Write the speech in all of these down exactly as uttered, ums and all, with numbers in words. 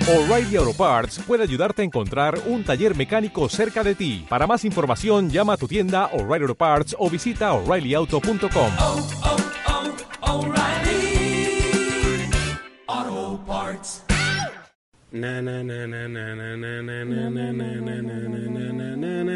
O'Reilly Auto Parts puede ayudarte a encontrar un taller mecánico cerca de ti. Para más información, llama a tu tienda O'Reilly Auto Parts o visita O'Reilly Auto punto com. Oh, oh, oh, O'Reilly Auto Parts. Na na na na na na na na na na na na na na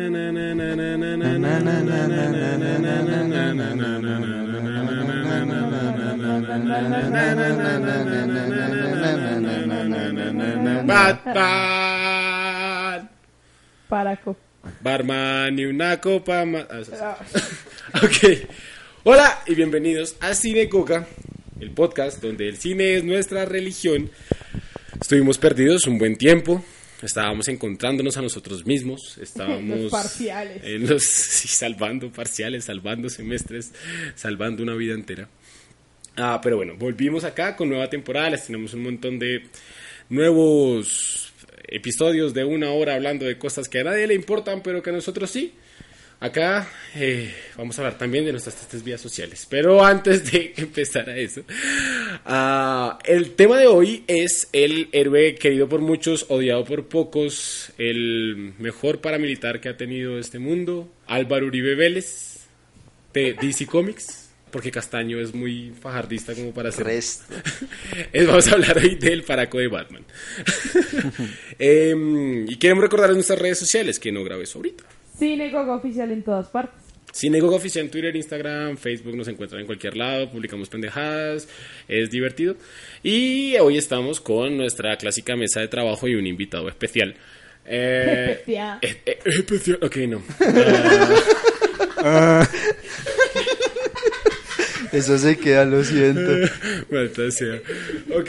na Batman. Paraco. Barman y una copa más. Ok. Hola y bienvenidos a Cine Coca, el podcast donde el cine es nuestra religión. Estuvimos perdidos un buen tiempo, estábamos encontrándonos a nosotros mismos, estábamos los parciales. En los, sí, salvando parciales, salvando semestres, salvando una vida entera. Ah, pero bueno, volvimos acá con nueva temporada, les tenemos un montón de nuevos episodios de una hora hablando de cosas que a nadie le importan, pero que a nosotros sí. Acá eh, vamos a hablar también de nuestras tristes vías sociales. Pero antes de empezar a eso, uh, el tema de hoy es el héroe querido por muchos, odiado por pocos, el mejor paramilitar que ha tenido este mundo, Álvaro Uribe Vélez, de D C Comics. Porque Castaño es muy fajardista como para hacer... Resto. Vamos a hablar hoy del paraco de Batman. eh, y queremos recordar en nuestras redes sociales, que no grabé eso ahorita. Cine Coca oficial en todas partes. Cine Coca oficial en Twitter, Instagram, Facebook, nos encuentran en cualquier lado, publicamos pendejadas, es divertido. Y hoy estamos con nuestra clásica mesa de trabajo y un invitado especial. Eh, Especial. eh, eh, especial, ok, no. Ah. Eso se queda, lo siento. Maldita sea. Ok.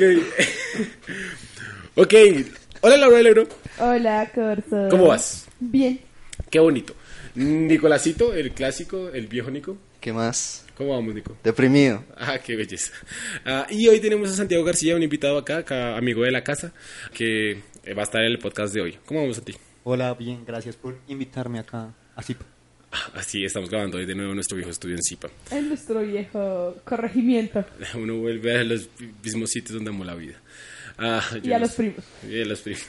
Ok. Hola, Laura del Ebro. Hola, Corso. ¿Cómo vas? Bien. Qué bonito. Nicolásito, el clásico, el viejo Nico. ¿Qué más? ¿Cómo vamos, Nico? Deprimido. Ah, qué belleza. Ah, y hoy tenemos a Santiago García, un invitado acá, acá, amigo de la casa, que va a estar en el podcast de hoy. ¿Cómo vamos a ti? Hola, bien, gracias por invitarme acá a Zipa. Así estamos grabando hoy de nuevo nuestro viejo estudio en Zipa. En nuestro viejo corregimiento. Uno vuelve a los mismos sitios donde amó la vida. Ah, Y a los primos. Y a los primos.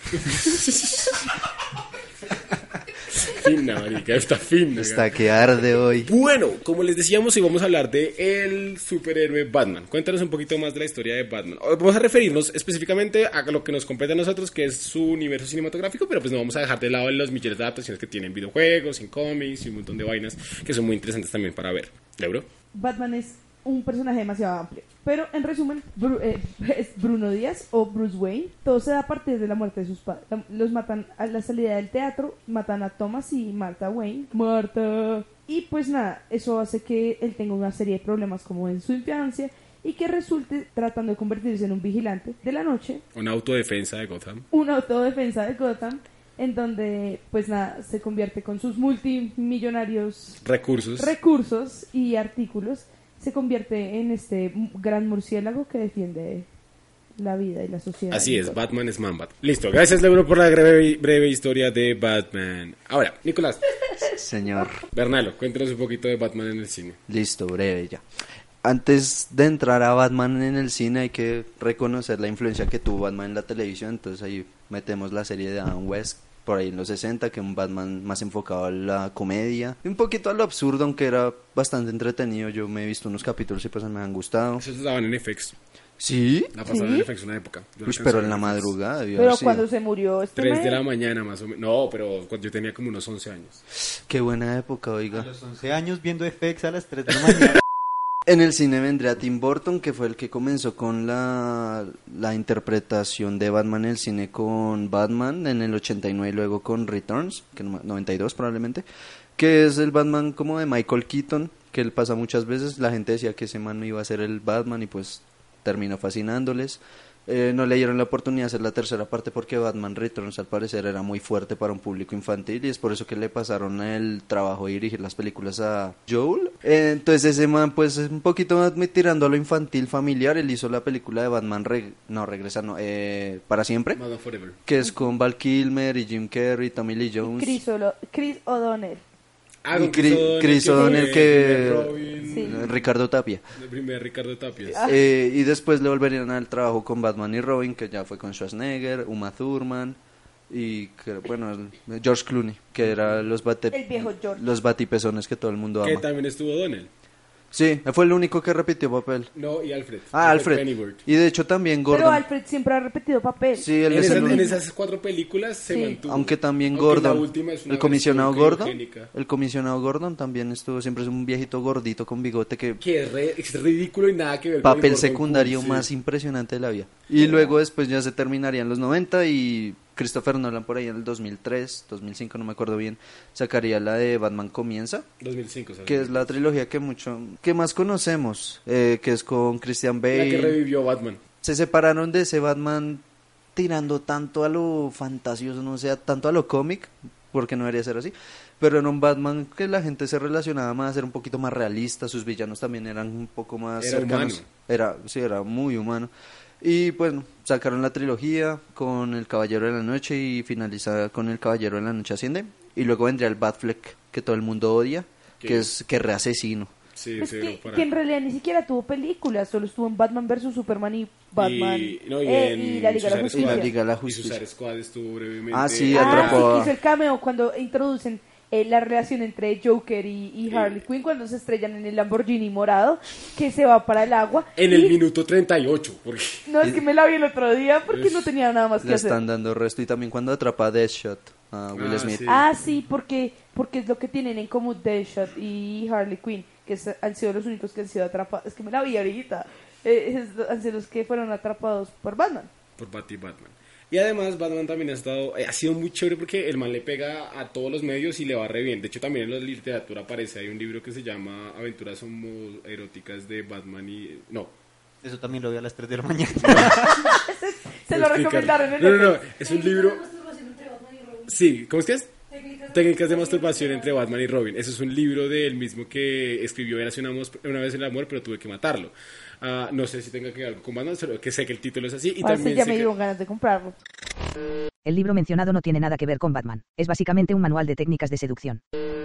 Fina, marica, está fina. Está que arde hoy. Bueno, como les decíamos, hoy vamos a hablar de el superhéroe Batman. Cuéntanos un poquito más de la historia de Batman. Vamos a referirnos específicamente a lo que nos compete a nosotros, que es su universo cinematográfico, pero pues no vamos a dejar de lado los millones de adaptaciones que tienen en videojuegos, en cómics y un montón de vainas que son muy interesantes también para ver. ¿Lebro? Batman es un personaje demasiado amplio. Pero en resumen, Bru- eh, es Bruno Díaz o Bruce Wayne. Todo se da a partir de la muerte de sus padres. Los matan a la salida del teatro, matan a Thomas y Martha Wayne. Martha. Y pues nada, eso hace que él tenga una serie de problemas como en su infancia y que resulte tratando de convertirse en un vigilante de la noche. Una autodefensa de Gotham. Una autodefensa de Gotham, en donde pues nada, se convierte con sus multimillonarios Recursos. recursos y artículos. Se convierte en este gran murciélago que defiende la vida y la sociedad. Así es, Batman es Man-Bat. Listo, gracias Lebro por la breve, breve historia de Batman. Ahora, Nicolás. Señor. Bernalo, cuéntanos un poquito de Batman en el cine. Listo, breve ya. Antes de entrar a Batman en el cine hay que reconocer la influencia que tuvo Batman en la televisión. Entonces ahí metemos la serie de Adam West, por ahí en los sesenta, que un Batman más enfocado a la comedia, un poquito a lo absurdo, aunque era bastante entretenido. Yo me he visto unos capítulos y pues me han gustado. Eso se daban en F X. ¿Sí? La pasaban ¿Sí? en F X una época. Yo Uy, alcancé pero a ver en la F X. madrugada debió Pero haber sido. cuando se murió este tres man, de la mañana más o menos. No, pero cuando yo tenía como unos once años. Qué buena época, A oiga. los once años viendo F X a las tres de la mañana. En el cine vendría Tim Burton, que fue el que comenzó con la, la interpretación de Batman en el cine con Batman en el ochenta y nueve y luego con Returns, que no- noventa y dos probablemente, que es el Batman como de Michael Keaton, que él pasa muchas veces. La gente decía que ese man no iba a ser el Batman y pues terminó fascinándoles. Eh, no le dieron la oportunidad de hacer la tercera parte porque Batman Returns al parecer era muy fuerte para un público infantil y es por eso que le pasaron el trabajo de dirigir las películas a Joel. Eh, entonces ese man pues es un poquito más me- tirando a lo infantil familiar. Él hizo la película de Batman Reg- no regresa no eh, para siempre, Batman Forever. que es con Val Kilmer y Jim Carrey, Tommy Lee Jones. Chris, Olo- Chris O'Donnell. Ah, Y con Chris Chris Chris O'Donnell, fue que... el Robin, Sí. Ricardo Tapia. el primer Ricardo Tapia. Ah. Eh, y después le volverían al trabajo con Batman y Robin, que ya fue con Schwarzenegger, Uma Thurman y que, bueno, el- George Clooney, que era los bate, El viejo George. los batipezones que todo el mundo Que ama. también estuvo Donnell. Sí, fue el único que repitió papel. No, y Alfred. Ah, Alfred. Pennyworth. Y de hecho también Pero Gordon. Alfred siempre ha repetido papel. Sí, él En, es esas, el en único. esas cuatro películas se Sí. mantuvo. Aunque también Aunque Gordon, la última es una el comisionado versión Gordon, criogénica. el comisionado Gordon también estuvo, siempre es un viejito gordito con bigote que Que es, re- es ridículo y nada que ver con el papel Gordon secundario Cool, más sí. impresionante de la vida. Y luego después ya se terminaría en los noventa y Christopher Nolan por ahí en el dos mil tres, dos mil cinco, no me acuerdo bien, sacaría la de Batman Comienza, dos mil cinco, ¿sabes? que es la trilogía que mucho que más conocemos, eh, que es con Christian La que Bale. revivió Batman. Se separaron de ese Batman tirando tanto a lo fantasioso, no sea tanto a lo cómic, porque no debería ser así, pero era un Batman que la gente se relacionaba más, era un poquito más realista, sus villanos también eran un poco más Era cercanos. humano. Era, sí, era muy humano. Y bueno, sacaron la trilogía con El Caballero de la Noche y finaliza con El Caballero de la Noche Asciende. Y luego vendría el Batfleck, que todo el mundo odia, ¿Qué? que es que reasesino. Sí, Pues cero que, para- que en realidad ni siquiera tuvo películas, solo estuvo en Batman versus Superman y Batman Y, no, y, eh, en y la Liga de la Suicide Justicia. Y la Liga de la Y Justicia. Suicide Squad estuvo brevemente. Ah, sí, Ah, atrapó sí, a- que hizo el cameo cuando introducen eh, la relación entre Joker y, y Harley Quinn cuando se estrellan en el Lamborghini morado que se va para el agua. En y- el minuto treinta y ocho. Porque... No, es que me la vi el otro día porque no tenía nada más que Le hacer. están dando resto. Y también cuando atrapa a Deathshot, a Will Ah, Smith. sí. Ah, sí, porque, porque es lo que tienen en común Deadshot y Harley Quinn, que es- han sido los únicos que han sido atrapados. Es que me la vi ahorita. Eh, es- han sido los que fueron atrapados por Batman. Por Batty Batman. Y además Batman también ha estado, eh, ha sido muy chévere porque el man le pega a todos los medios y le va re bien. De hecho también en la literatura aparece, hay un libro que se llama Aventuras homoeróticas de Batman y... No. Eso también lo vi a las tres de la mañana. Se lo Explicar. recomendaron en No, el no, no, es un libro... Sí, ¿cómo es que es? Técnicas de masturbación entre Batman y Robin. Eso es un libro del mismo que escribió Érase una, mos- una vez el amor, pero tuve que matarlo. Ah, no sé si tenga que ver algo con Batman, solo que sé que el título es así. Y Ah, sí, también ya sé me que- dieron ganas de comprarlo. El libro mencionado no tiene nada que ver con Batman. Es básicamente un manual de técnicas de seducción.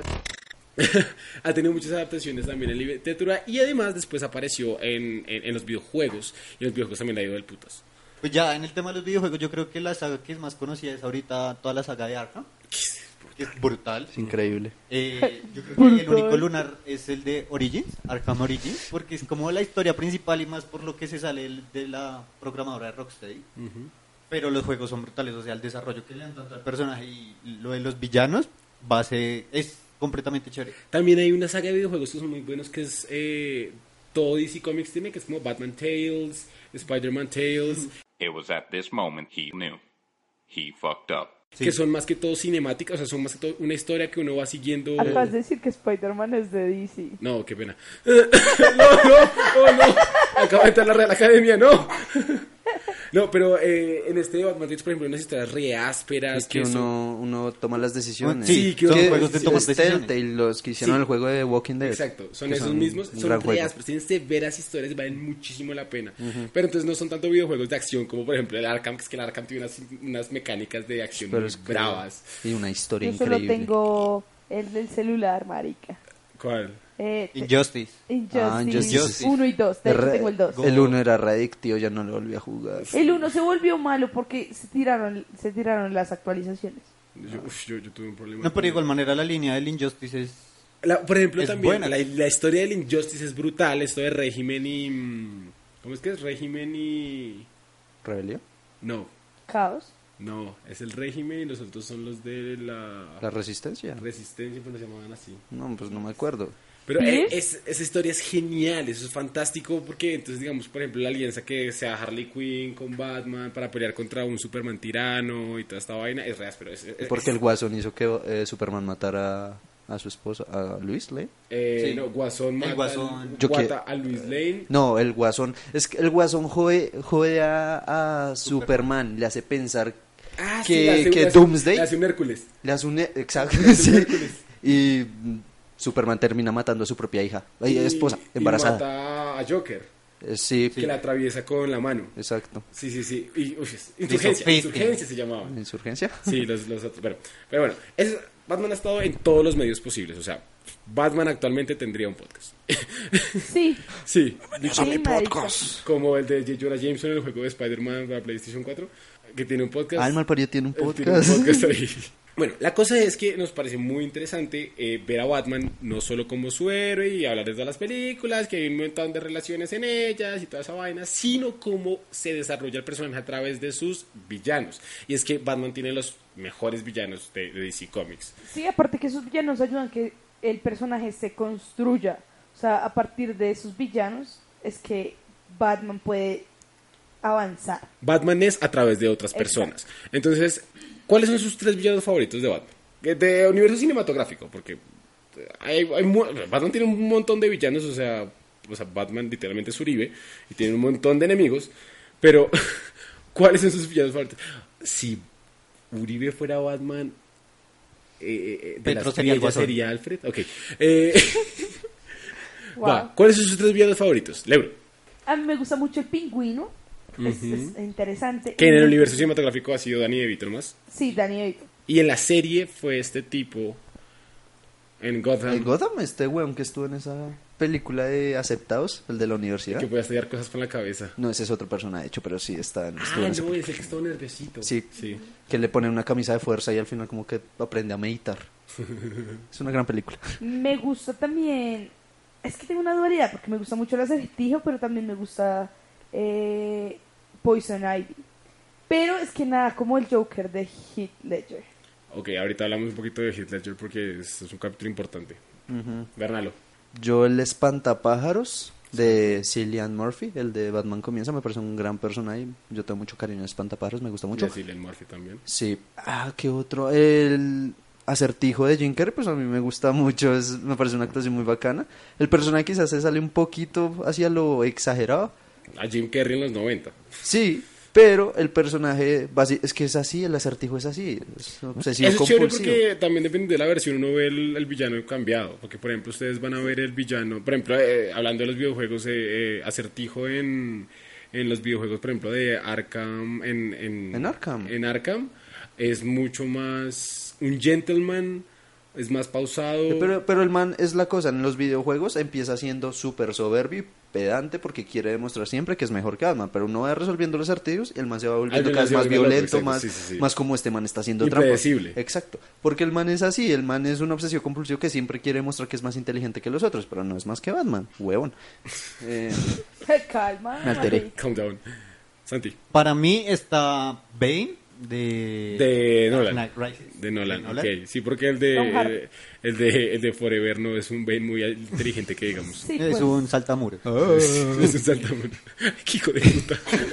ha tenido muchas adaptaciones también en literatura y además después apareció en, en, en los videojuegos. Y en los videojuegos también le ha ido del putas. Pues ya en el tema de los videojuegos, yo creo que la saga que es más conocida es ahorita toda la saga de Arkham. Que es brutal. Es increíble. Eh, yo creo que el único lunar es el de Origins, Arkham Origins, porque es como la historia principal y más por lo que se sale el- de la programadora de Rocksteady. Pero los juegos son brutales, o sea, el desarrollo que le dan tanto al personaje y lo de los villanos base es completamente chévere. También hay una saga de videojuegos que son muy buenos que es eh, todo D C Comics tiene, que es como Batman Tales, Spider-Man Tales, It was at this moment he knew. He fucked up. Sí. que son más que todo cinemáticas, o sea, son más que todo una historia que uno va siguiendo. Acabas de decir que Spider-Man es de D C. No, qué pena. no, no, oh, no. Acabo de entrar a la Real Academia, no. No, pero eh, en este Batman Tales, por ejemplo, hay unas historias re ásperas. Es que son- uno, uno toma las decisiones. Sí, que son uno- juegos de sí, tomas es decisiones. Telltale, los que hicieron Sí. el juego de Walking Dead. Exacto, son que esos son mismos, un son gran re juego. ásperos, tienen severas historias, valen muchísimo la pena. Pero entonces no son tanto videojuegos de acción como por ejemplo el Arkham, que es que el Arkham tiene unas, unas mecánicas de acción Pero muy es que- bravas. Y una historia Yo solo increíble. tengo el del celular, marica. ¿Cuál? Eh, te- Injustice. Injustice Ah, Injustice. uno y dos. De hecho, Re- tengo el dos. El uno era readictivo, ya no lo volví a jugar. El uno se volvió malo porque se tiraron, se tiraron las actualizaciones. Yo, uf, yo, yo tuve un problema. No, con pero de él. igual manera la línea del Injustice es... La- por ejemplo, Es también buena. la, la historia del Injustice es brutal. Esto de régimen y. mm, ¿Cómo es que es? Régimen y. ¿Rebelión? No, Caos. no, es el régimen y los otros son los de la. ¿La resistencia? Resistencia, pues se llamaban así. No, pues no me acuerdo. Pero ¿Sí? eh, es, esa historia es genial, eso es fantástico porque entonces digamos, por ejemplo, la alianza que sea Harley Quinn con Batman para pelear contra un Superman tirano y toda esta vaina es real, pero es, es- Porque es- el Guasón hizo que eh, Superman matara a su esposa, a Luis Lane. eh, Sí. no, Guasón mata, Guasón. al- Yo mata a Luis Lane. No, el Guasón. Es que el Guasón jode, jode a, a Superman. Le hace pensar Ah, que, sí, le hace- que le hace- Doomsday le hace un Hércules. le hace un... Exacto, sí. Y mm, Superman termina matando a su propia hija, ay, Y- esposa, y embarazada. mata a Joker, Eh, sí, que la atraviesa con la mano. exacto. Sí, sí, sí. Y, uy, es- insurgencia, Sofía. insurgencia se llamaba. ¿Insurgencia? Sí, los, los otros. Bueno, pero bueno, es, Batman ha estado en todos los medios posibles, o sea, Batman actualmente tendría un podcast. Sí. Sí, Sí, marica. como el de J. Jonah Jameson en el juego de Spider-Man para PlayStation cuatro, que tiene un podcast. Ah, el malparido tiene un Él tiene un podcast. podcast ahí. Bueno, la cosa es que nos parece muy interesante eh, ver a Batman no solo como su héroe y hablar de todas las películas, que hay un montón de relaciones en ellas y toda esa vaina, sino cómo se desarrolla el personaje a través de sus villanos. Y es que Batman tiene los mejores villanos de, de D C Comics. Sí, aparte que esos villanos ayudan a que el personaje se construya. O sea, a partir de esos villanos es que Batman puede avanzar. Batman es a través de otras personas. Entonces, ¿cuáles son sus tres villanos favoritos de Batman? Eh, De universo cinematográfico, porque hay, hay mu- Batman tiene un montón de villanos, o sea, o sea, Batman literalmente es Uribe y tiene un montón de enemigos, pero ¿cuáles son sus villanos favoritos? Si Uribe fuera Batman, eh, eh, de Petro las sería el estrellas Guasón. sería Alfred. Ok. Eh, Wow. va, ¿cuáles son sus tres villanos favoritos? Lebro. A mí me gusta mucho el pingüino. Es, es interesante. Que en el Y- universo cinematográfico ha sido Danny DeVito más. Sí, Danny DeVito. Y en la serie fue este tipo en Gotham, El Gotham, este weón que estuvo en esa película de Aceptados, el de la universidad. que podía estudiar cosas con la cabeza. No, ese es otro persona, de hecho, pero sí está en, estuvo Ah, en esa no, es el que estaba nerviosito. Sí. sí. que le pone una camisa de fuerza y al final como que aprende a meditar. Es una gran película. Me gusta también. Es que tengo una dualidad porque me gusta mucho el acertijo, pero también me gusta eh, Poison Ivy. Pero es que nada, como el Joker de Heath Ledger. Ok, ahorita hablamos un poquito de Heath Ledger porque es, es un capítulo importante. Bernalo. Yo el espantapájaros de Cillian Murphy, el de Batman Comienza, me parece un gran personaje. Yo tengo mucho cariño a espantapájaros, me gusta mucho. Y a Cillian Murphy también. Sí. Ah, ¿qué otro? El acertijo de Jim Carrey, pues a mí me gusta mucho, es, me parece una actuación muy bacana. El personaje quizás se sale un poquito hacia lo exagerado. A Jim Carrey en los noventa. Sí, pero el personaje basi- es que es así, el acertijo es así, es obsesivo Eso es chévere compulsivo. porque también depende de la versión, uno ve el, el villano cambiado. Porque, por ejemplo, ustedes van a ver el villano, por ejemplo, eh, hablando de los videojuegos, eh, eh, acertijo en, en los videojuegos, por ejemplo, de Arkham. En, en, En Arkham. En Arkham es mucho más un gentleman, es más pausado. Pero, pero el man es la cosa, en los videojuegos empieza siendo súper soberbio y pedante porque quiere demostrar siempre que es mejor que Batman, pero uno va resolviendo los acertijos y el man se va volviendo Al cada final vez se más vuelve loco, violento, exacto, más, sí, sí, sí. más como este man está haciendo trampa. Impredecible. Exacto, porque el man es así, el man es un obsesivo compulsivo que siempre quiere demostrar que es más inteligente que los otros, pero no es más que Batman, huevón. Eh, Calma. Me alteré. marica. Calm down. Santi. Para mí está Bane de... De Nolan. Dark Knight Rises. De Nolan, De Nolan. ok. Sí, porque el de, Tom Hardy. el, el de el de Forever no es un Bane muy inteligente que digamos. Sí, Es pues. un saltamuro. Es un saltamontes. Qué hijo de puta.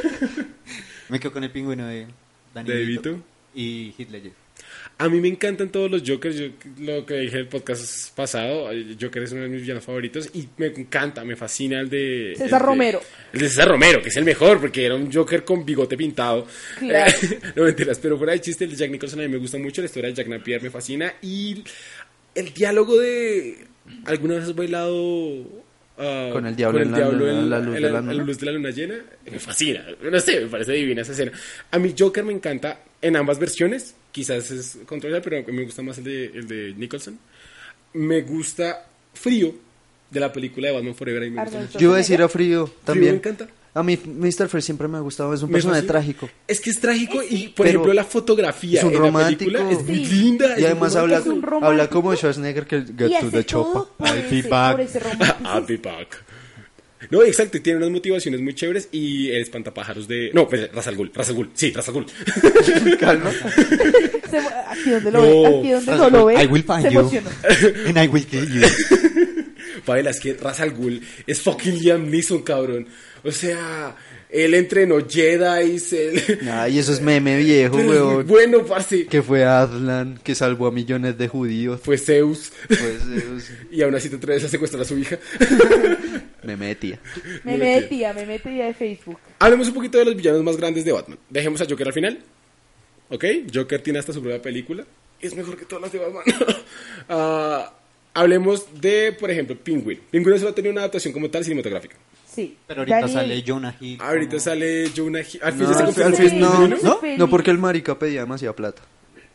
Me quedo con el pingüino de Danny ¿De DeVito DeVito? y Heath Ledger. A mí me encantan todos los Jokers. Yo, lo que dije en el podcast pasado, el Joker es uno de mis villanos favoritos. Y me encanta, me fascina el de... César el de- Romero. El de César Romero, que es el mejor, porque era un Joker con bigote pintado. Claro. Eh, no mentiras, pero fuera de chiste, el de Jack Nicholson a mí me gusta mucho. La historia de Jack Napier me fascina. Y el diálogo de... ¿Alguna vez has bailado... ah, Con el diablo con en la luna- la luz de la luna? luz de la luna llena? Me fascina. No sé, me parece divina esa escena. A mí Joker me encanta en ambas versiones. Quizás es controversial, pero me gusta más el de, el de Nicholson. Me gusta Frío de la película de Batman Forever. y me gusta Arnold mucho. yo iba a decir a Frío también. me encanta. A mí mister Freeze siempre me ha gustado, es un Me personaje fascina. trágico. Es que es trágico y, por Pero ejemplo, la fotografía es un en romántico. la película es muy Sí. linda. es Y además muy habla, Es un romántico. habla como Schwarzenegger que Y get to hace the todo chopper. por I'll be ese, back. por ese I'll romanticismo. be back. No, exacto, y tiene unas motivaciones muy chéveres y el espantapájaros de... No, pues Ra's al Ghul, Ra's al Ghul, sí, Ra's al Ghul. Calma. Se- aquí donde lo No. ve, aquí donde no lo ve, I will find se you. emocionó. And I will kill you. Paela, es que Ra's al Ghul es fucking Liam Neeson, cabrón. O sea, él entrenó Jedi, él... Ay, eso es meme viejo, Pero es muy weón. bueno, parce. Que fue Aslan, que salvó a millones de judíos. Fue Zeus. Pues, Zeus. Y aún así te atreves a secuestrar a su hija. Meme de tía. Me metía, me metía de Facebook. Hablemos un poquito de los villanos más grandes de Batman. Dejemos a Joker al final. ¿Ok? Joker tiene hasta su propia película. Es mejor que todas las de Batman. Ah, hablemos de, por ejemplo, Penguin. Penguin solo ha tenido una adaptación como tal cinematográfica. Sí. Pero ahorita Daniel, sale Jonah Hill. Ahorita como- sale Jonah Hill. Al fin No, ya se al, confirmó al que fin es no, villano. Soy no, feliz. no, porque el marica pedía demasiada plata.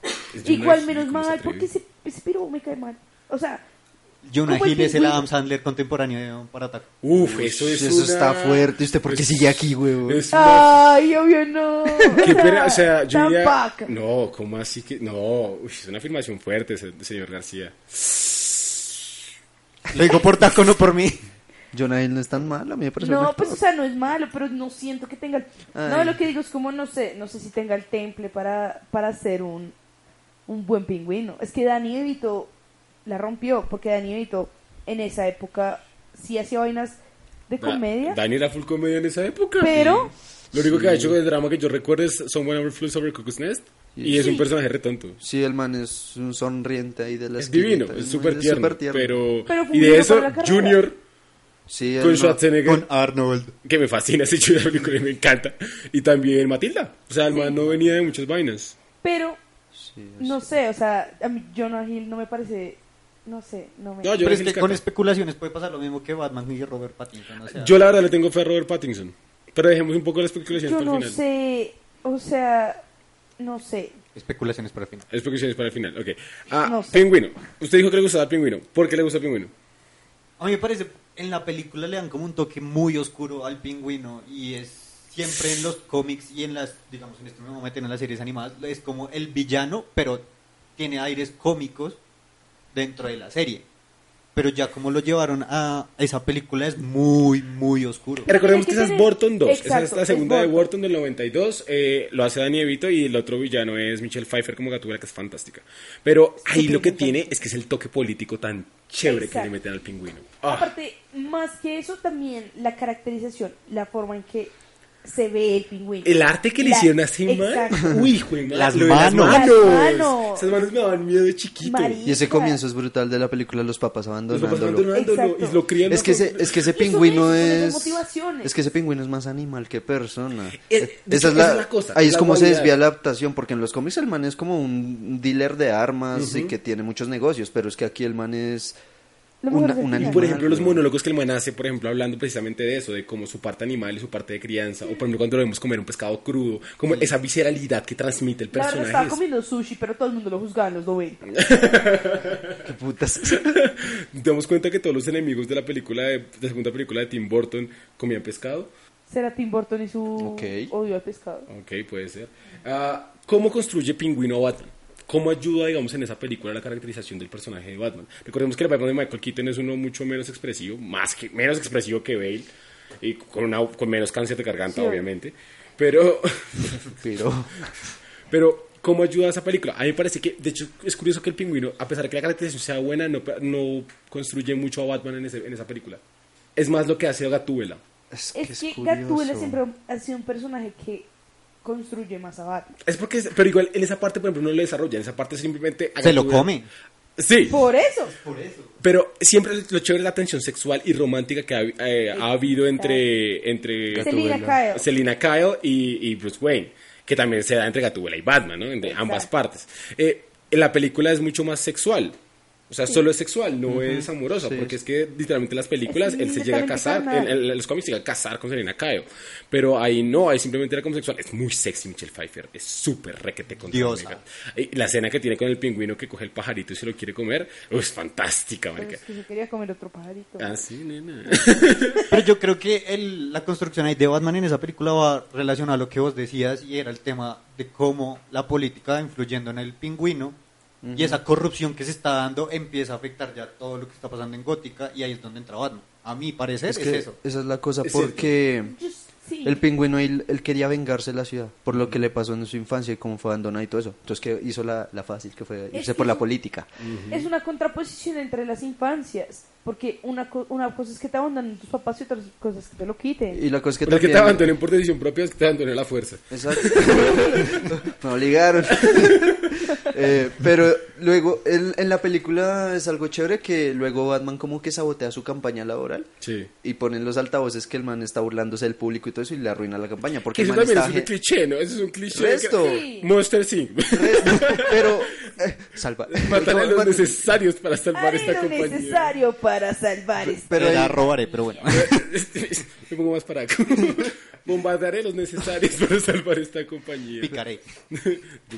Es Jonah Igual Hill, menos ¿cómo se mal, atreve? porque ese, ese piro me cae mal. O sea, Jonah ¿cómo el Hill es el pingüino? Adam Sandler contemporáneo para atacar. Uf, eso es Eso una... está fuerte. ¿Usted por qué es- sigue aquí, güey? Es una... ay, obvio no. Qué pena, o sea, yo Tan diría... paca. No, ¿cómo así que...? No, uy, es una afirmación fuerte, se- señor García. Lo digo por taco, no por mí. Jonah Hill no es tan malo, a mí me parece No, bueno. pues o sea, no es malo, pero no siento que tenga el... No, Ay. lo que digo es como, no sé, no sé si tenga el temple para, para ser un, un buen pingüino. Es que Danny DeVito la rompió, porque Danny DeVito en esa época sí hacía vainas de Da- comedia, Dani era full comedia en esa época. pero... Lo único que ha hecho de drama que yo recuerdo es Someone Ever Flew Over Cuckoo's Nest. Y es Sí. un personaje retonto. Sí, el man es un sonriente ahí de la Es esquinita, divino, es muy- súper tierno, súper tierno. Pero, Pero fue y un de libro eso, para la carrera. Junior Sí, él con no- Schwarzenegger, Con Arnold. que me fascina ese Junior, la película, me encanta. Y también Matilda. O sea, el man no venía de muchas vainas. Pero, sí, no sé, o sea, a mí Jonah Hill no me parece... No sé, no me... No, yo Pero es le que dije con caca. especulaciones puede pasar lo mismo que Batman y Robert Pattinson. O sea, Yo la verdad le tengo fe a Robert Pattinson. Pero dejemos un poco la especulación Yo para no el final. sé, o sea, no sé. especulaciones para el final. Especulaciones para el final, ok. Ah, No sé. Pingüino. Usted dijo que le gustaba el Pingüino. ¿Por qué le gusta el Pingüino? A mí me parece, en la película le dan como un toque muy oscuro al pingüino y es siempre en los cómics y en las, digamos, en este momento en las series animadas, es como el villano, pero tiene aires cómicos dentro de la serie. Pero ya como lo llevaron a esa película es muy, muy oscuro. Recordemos que Tiene esa que es tener- Burton dos. Esa Exacto, es la es segunda de Burton. Burton del noventa y dos. Eh, lo hace Danny DeVito y el otro villano es Michelle Pfeiffer como Gatúbela, que es fantástica. Pero ahí Sí, lo que sí, tiene sí. es que es el toque político tan chévere que Exacto. le meten al Pingüino. Ah, Aparte, más que eso, también la caracterización, la forma en que se ve el pingüino. el arte que le La- hicieron así, man. Exacto. Uy, güey, man, Las lo de manos. Las Las manos. manos. Esas manos me daban miedo de chiquito. Marica. Y ese comienzo es brutal de la película, los papás Los papás abandonándolo. abandonándolo Exacto. y lo crían. Es que ese, es que ese Y son pingüino eso, son esas es... motivaciones. Es que ese pingüino es más animal que persona. Es- Eh, de esa, hecho, es la, esa es la cosa, ahí es la como se dualidad. desvía la adaptación, porque en los cómics el man es como un dealer de armas y que tiene muchos negocios, pero es que aquí el man es Lo mejor una, es el un final. animal. Por ejemplo, los güey. monólogos que el man hace, por ejemplo, hablando precisamente de eso, de como su parte animal y su parte de crianza, o por ejemplo cuando lo vemos comer un pescado crudo, como esa visceralidad que transmite el La verdad, personaje. estaba es- comiendo sushi, pero todo el mundo lo juzgaba en los noventa. Qué putas. Nos damos cuenta que todos los enemigos de la película, de, de la segunda película de Tim Burton, comían pescado. Será Tim Burton y su Ok. odio al pescado. Ok, puede ser. Ah, ¿Cómo construye Pingüino a Batman? ¿Cómo ayuda, digamos, en esa película la caracterización del personaje de Batman? Recordemos que el Batman de Michael Keaton es uno mucho menos expresivo, más que menos expresivo que Bale, y con, una, con menos cáncer de garganta, Sí, obviamente. Pero, Pero pero, ¿cómo ayuda esa película? A mí me parece que, de hecho, es curioso que el Pingüino, a pesar de que la caracterización sea buena, no, no construye mucho a Batman en, ese, en esa película. Es más lo que hace Gatúbela. es que Es es que curioso. Gatúbela siempre ha sido un personaje que construye más a Batman. Es porque, es- pero igual en esa parte, por ejemplo, no lo desarrolla. En esa parte simplemente... a Se lo Gatúbela- come. Sí. Por eso. Pero siempre lo chévere es la tensión sexual y romántica que ha, eh, ha habido entre, entre Selina Gatúbela. Kyle. Selina Kyle y, y Bruce Wayne, que también se da entre Gatúbela y Batman, ¿no? De Exacto. ambas partes. Eh, en la película es mucho más sexual. O sea, solo es sexual, no es amorosa, Sí. porque es que literalmente en las películas Es él se llega a netamente casar, carnal. en, en- en los cómics se llega a casar con Selina Kyle, pero ahí no, ahí simplemente era como sexual. Es muy sexy Michelle Pfeiffer, es súper requete con Diosa. la escena que tiene con el pingüino que coge el pajarito y se lo quiere comer, uh, es fantástica, Pero marica. es que yo quería comer otro pajarito. Ah, sí, nena. Pero yo creo que el, la construcción ahí de Batman en esa película va relacionada a lo que vos decías y era el tema de cómo la política va influyendo en el pingüino y esa corrupción que se está dando empieza a afectar ya todo lo que está pasando en Gótica y ahí es donde entra Batman. A mi parecer es, Es que eso. esa es la cosa, Es porque Yo- sí. el pingüino él, él quería vengarse de la ciudad por lo que le pasó en su infancia y cómo fue abandonado y todo eso. Entonces que hizo la, la fácil, que fue irse Es por que la eso- política. Es una contraposición entre las infancias. Porque una, co- una cosa es que te abandonen tus papás y otras cosas que te lo quiten. Y la cosa es que Pero es que te también- abandonen por decisión propia, es que te abandonen la fuerza. Exacto. Me obligaron. Eh, pero luego, en, en la película es algo chévere que luego Batman como que sabotea su campaña laboral Sí. y ponen los altavoces que el man está burlándose del público y todo eso y le arruina la campaña. Porque Que el eso man también está es un gen- cliché, ¿no? Eso es un cliché. Resto. que- Sí. Monster Inc Resto, pero eh, salva. Matan a los Man- necesarios para salvar Haré esta lo compañía. necesario para salvar esto. Pero Te la ahí- robaré, pero bueno. Me pongo más para acá. Bombardaré los necesarios para salvar esta compañía. Picaré.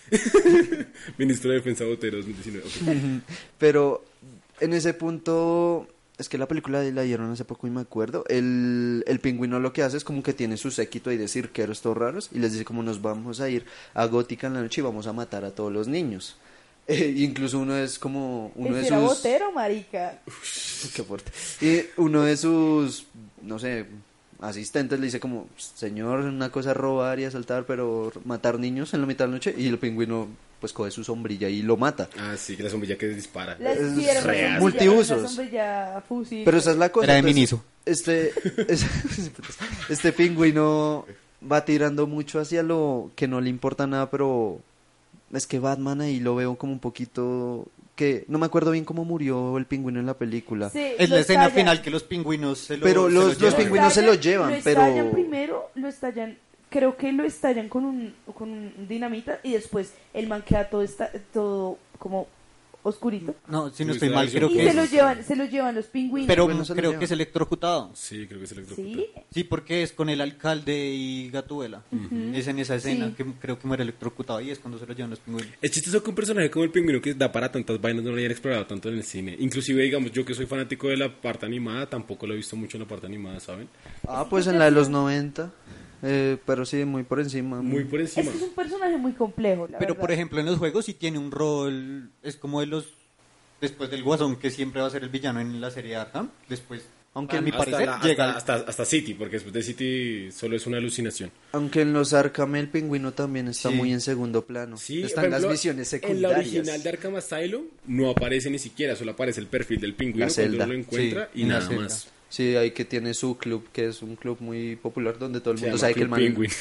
Ministro de Defensa Botero dos mil diecinueve. Okay. Pero en ese punto, es que la película la dieron hace poco y me acuerdo, el, el pingüino lo que hace es como que tiene su séquito ahí de cirqueros todos raros y les dice como nos vamos a ir a Gótica en la noche y vamos a matar a todos los niños. Eh, incluso uno es como uno de ¿Ese sus... era Botero, marica? Qué fuerte. Y uno de sus, no sé, asistentes le dice como, señor, una cosa es robar y asaltar, pero matar niños en la mitad de la noche, y el pingüino pues coge su sombrilla y lo mata. Ah, sí, que la sombrilla que dispara. La, Es sí, era una real. sombrilla- Multiusos. una sombrilla fusil. Pero esa es la cosa. Era de entonces, Miniso. Este, es- este pingüino va tirando mucho hacia lo que no le importa nada, pero es que Batman ahí lo veo como un poquito... que no me acuerdo bien cómo murió el pingüino en la película. Sí, Es lo la escena estallan. final que los pingüinos se lo Pero se los- lo los llevan. pingüinos se lo llevan, lo pero- estallan primero, lo estallan, creo que lo estallan con un, con un dinamita y después el man queda todo, esta, todo como oscurito. No, si no Uy, estoy se mal, la creo hizo Y que se es. lo llevan, se lo llevan los pingüinos. Pero Bueno, se lo creo llevan. que es electrocutado. Sí, creo que se electrocuta. Sí, Sí, porque es con el alcalde y Gatúbela. Es en esa escena Sí. que creo que muere electrocutado y es cuando se lo llevan los pingüinos. Es chistoso que un personaje como el pingüino que da para tantas vainas no lo hayan explorado tanto en el cine. Inclusive, digamos, yo que soy fanático de la parte animada, tampoco lo he visto mucho en la parte animada, ¿saben? Ah, pues en la de los noventa, eh, pero sí, muy por encima. Muy por es encima. que es un personaje muy complejo, la Pero verdad. por ejemplo en los juegos sí tiene un rol, es como de los, después del Guasón que siempre va a ser el villano en la serie Arkham, después, Aunque a mi Hasta, parecer, la- llega hasta, hasta, hasta City, porque después de City solo es una alucinación. Aunque en los Arkham el pingüino también está Sí. muy en segundo plano. Sí, Están por las ejemplo, misiones En la secundarias. original de Arkham Asylum no aparece ni siquiera, solo aparece el perfil del pingüino La cuando celda. uno lo encuentra Sí, y en la nada celda. más. Sí, ahí que tiene su club, que es un club muy popular donde todo el Se mundo llama sabe que el Club man... Penguin.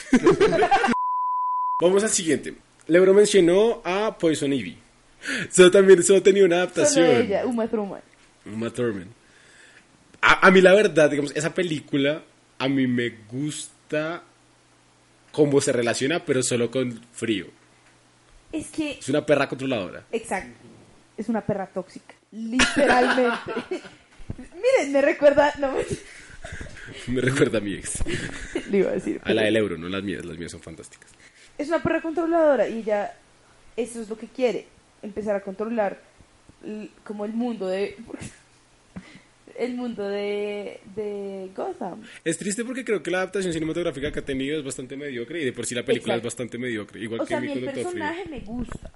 Vamos al siguiente. Lebro mencionó a Poison Ivy. Eso también eso tenía una adaptación. Solo ella, Uma Thurman. Uma Thurman. A, a mí la verdad, digamos, esa película a mí me gusta cómo se relaciona, pero solo con frío. Es que, Es una perra controladora. exacto, es una perra tóxica, literalmente. Miren, me recuerda, no me... Me recuerda a mi ex. le iba a decir. A la del euro, no las mías, las mías son fantásticas. Es una perra controladora y ella, eso es lo que quiere, empezar a controlar l- como el mundo de... el mundo de, de Gotham. Es triste porque creo que la adaptación cinematográfica que ha tenido es bastante mediocre y de por sí la película Exacto. es bastante mediocre, igual O que sea, a mi mí el conductor frío. personaje me gusta,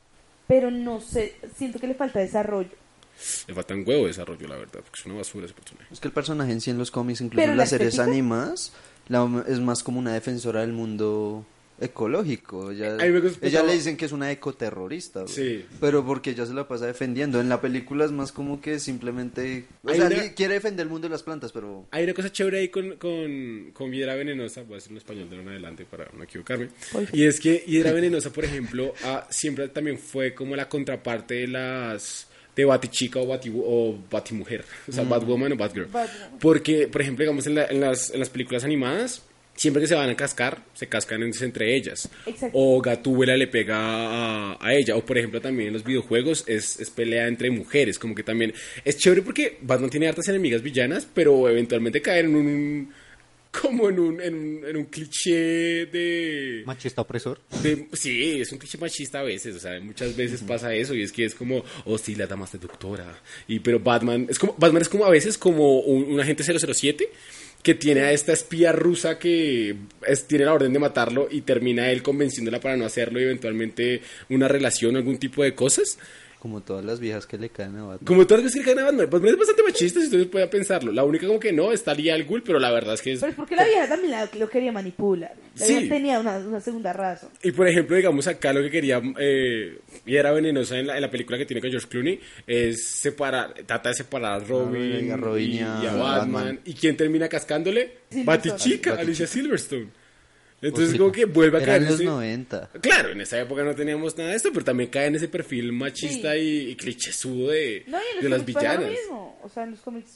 pero no sé, siento que le falta desarrollo. Le falta un huevo de desarrollo, la verdad, porque es una basura ese personaje. Es que el personaje en sí en los cómics, incluso Pero en la las series estética- animadas, la- es más como una defensora del mundo ecológico. Ella, A mí me gusta- ella le dicen que es una ecoterrorista. güey. Sí. Pero porque ella se la pasa defendiendo. En la película es más como que simplemente... O Hay sea, una- li- quiere defender el mundo de las plantas, pero... Hay una cosa chévere ahí con, con, con Hiedra Venenosa, voy a decir en español de ahora en adelante para no equivocarme, y es que Hiedra Venenosa, por ejemplo, ah, siempre también fue como la contraparte de las... de Batichica o, Bati, o Batimujer, o sea, Batwoman o Batgirl. Batwoman. Porque, por ejemplo, digamos en, la- en las, en las películas animadas, siempre que se van a cascar, se cascan en- entre ellas. Exacto. O Gatúbela le pega a, a ella. O, por ejemplo, también en los videojuegos es, es pelea entre mujeres. Como que también es chévere porque Batman tiene hartas enemigas villanas, pero eventualmente caen en un... como en un, en un, en un cliché de... Machista opresor. de- sí, es un cliché machista a veces, o sea, muchas veces pasa eso y es que es como, oh sí, la dama seductora, y pero Batman, es como, Batman es como a veces como un, un agente cero cero siete que tiene a esta espía rusa que es- tiene la orden de matarlo y termina él convenciéndola para no hacerlo y eventualmente una relación o algún tipo de cosas. Como todas las viejas que le caen a Batman. Como todas las que le caen a Batman, Batman es bastante machista si ustedes pueden pensarlo. La única como que no está Talia al Ghul, pero la verdad es que es... Pero es porque la vieja también la- lo quería manipular. La Sí. vieja tenía una, una segunda razón. Y por ejemplo, digamos acá lo que quería eh, y era venenosa en la, en la película que tiene con George Clooney es separar, trata de separar a Robin, a Robin y, y a y a Batman. Batman. ¿Y quién termina cascándole? Silverstone. Batichica, Batichica. Alicia Silverstone. Entonces Pues sí, como que vuelve a caer Eran en los ese- noventa. Claro, en esa época no teníamos nada de esto, pero también cae en ese perfil machista Sí. y, y clichésudo de, No, y en de los las cómics pasa lo villanas. mismo. O sea, en los cómics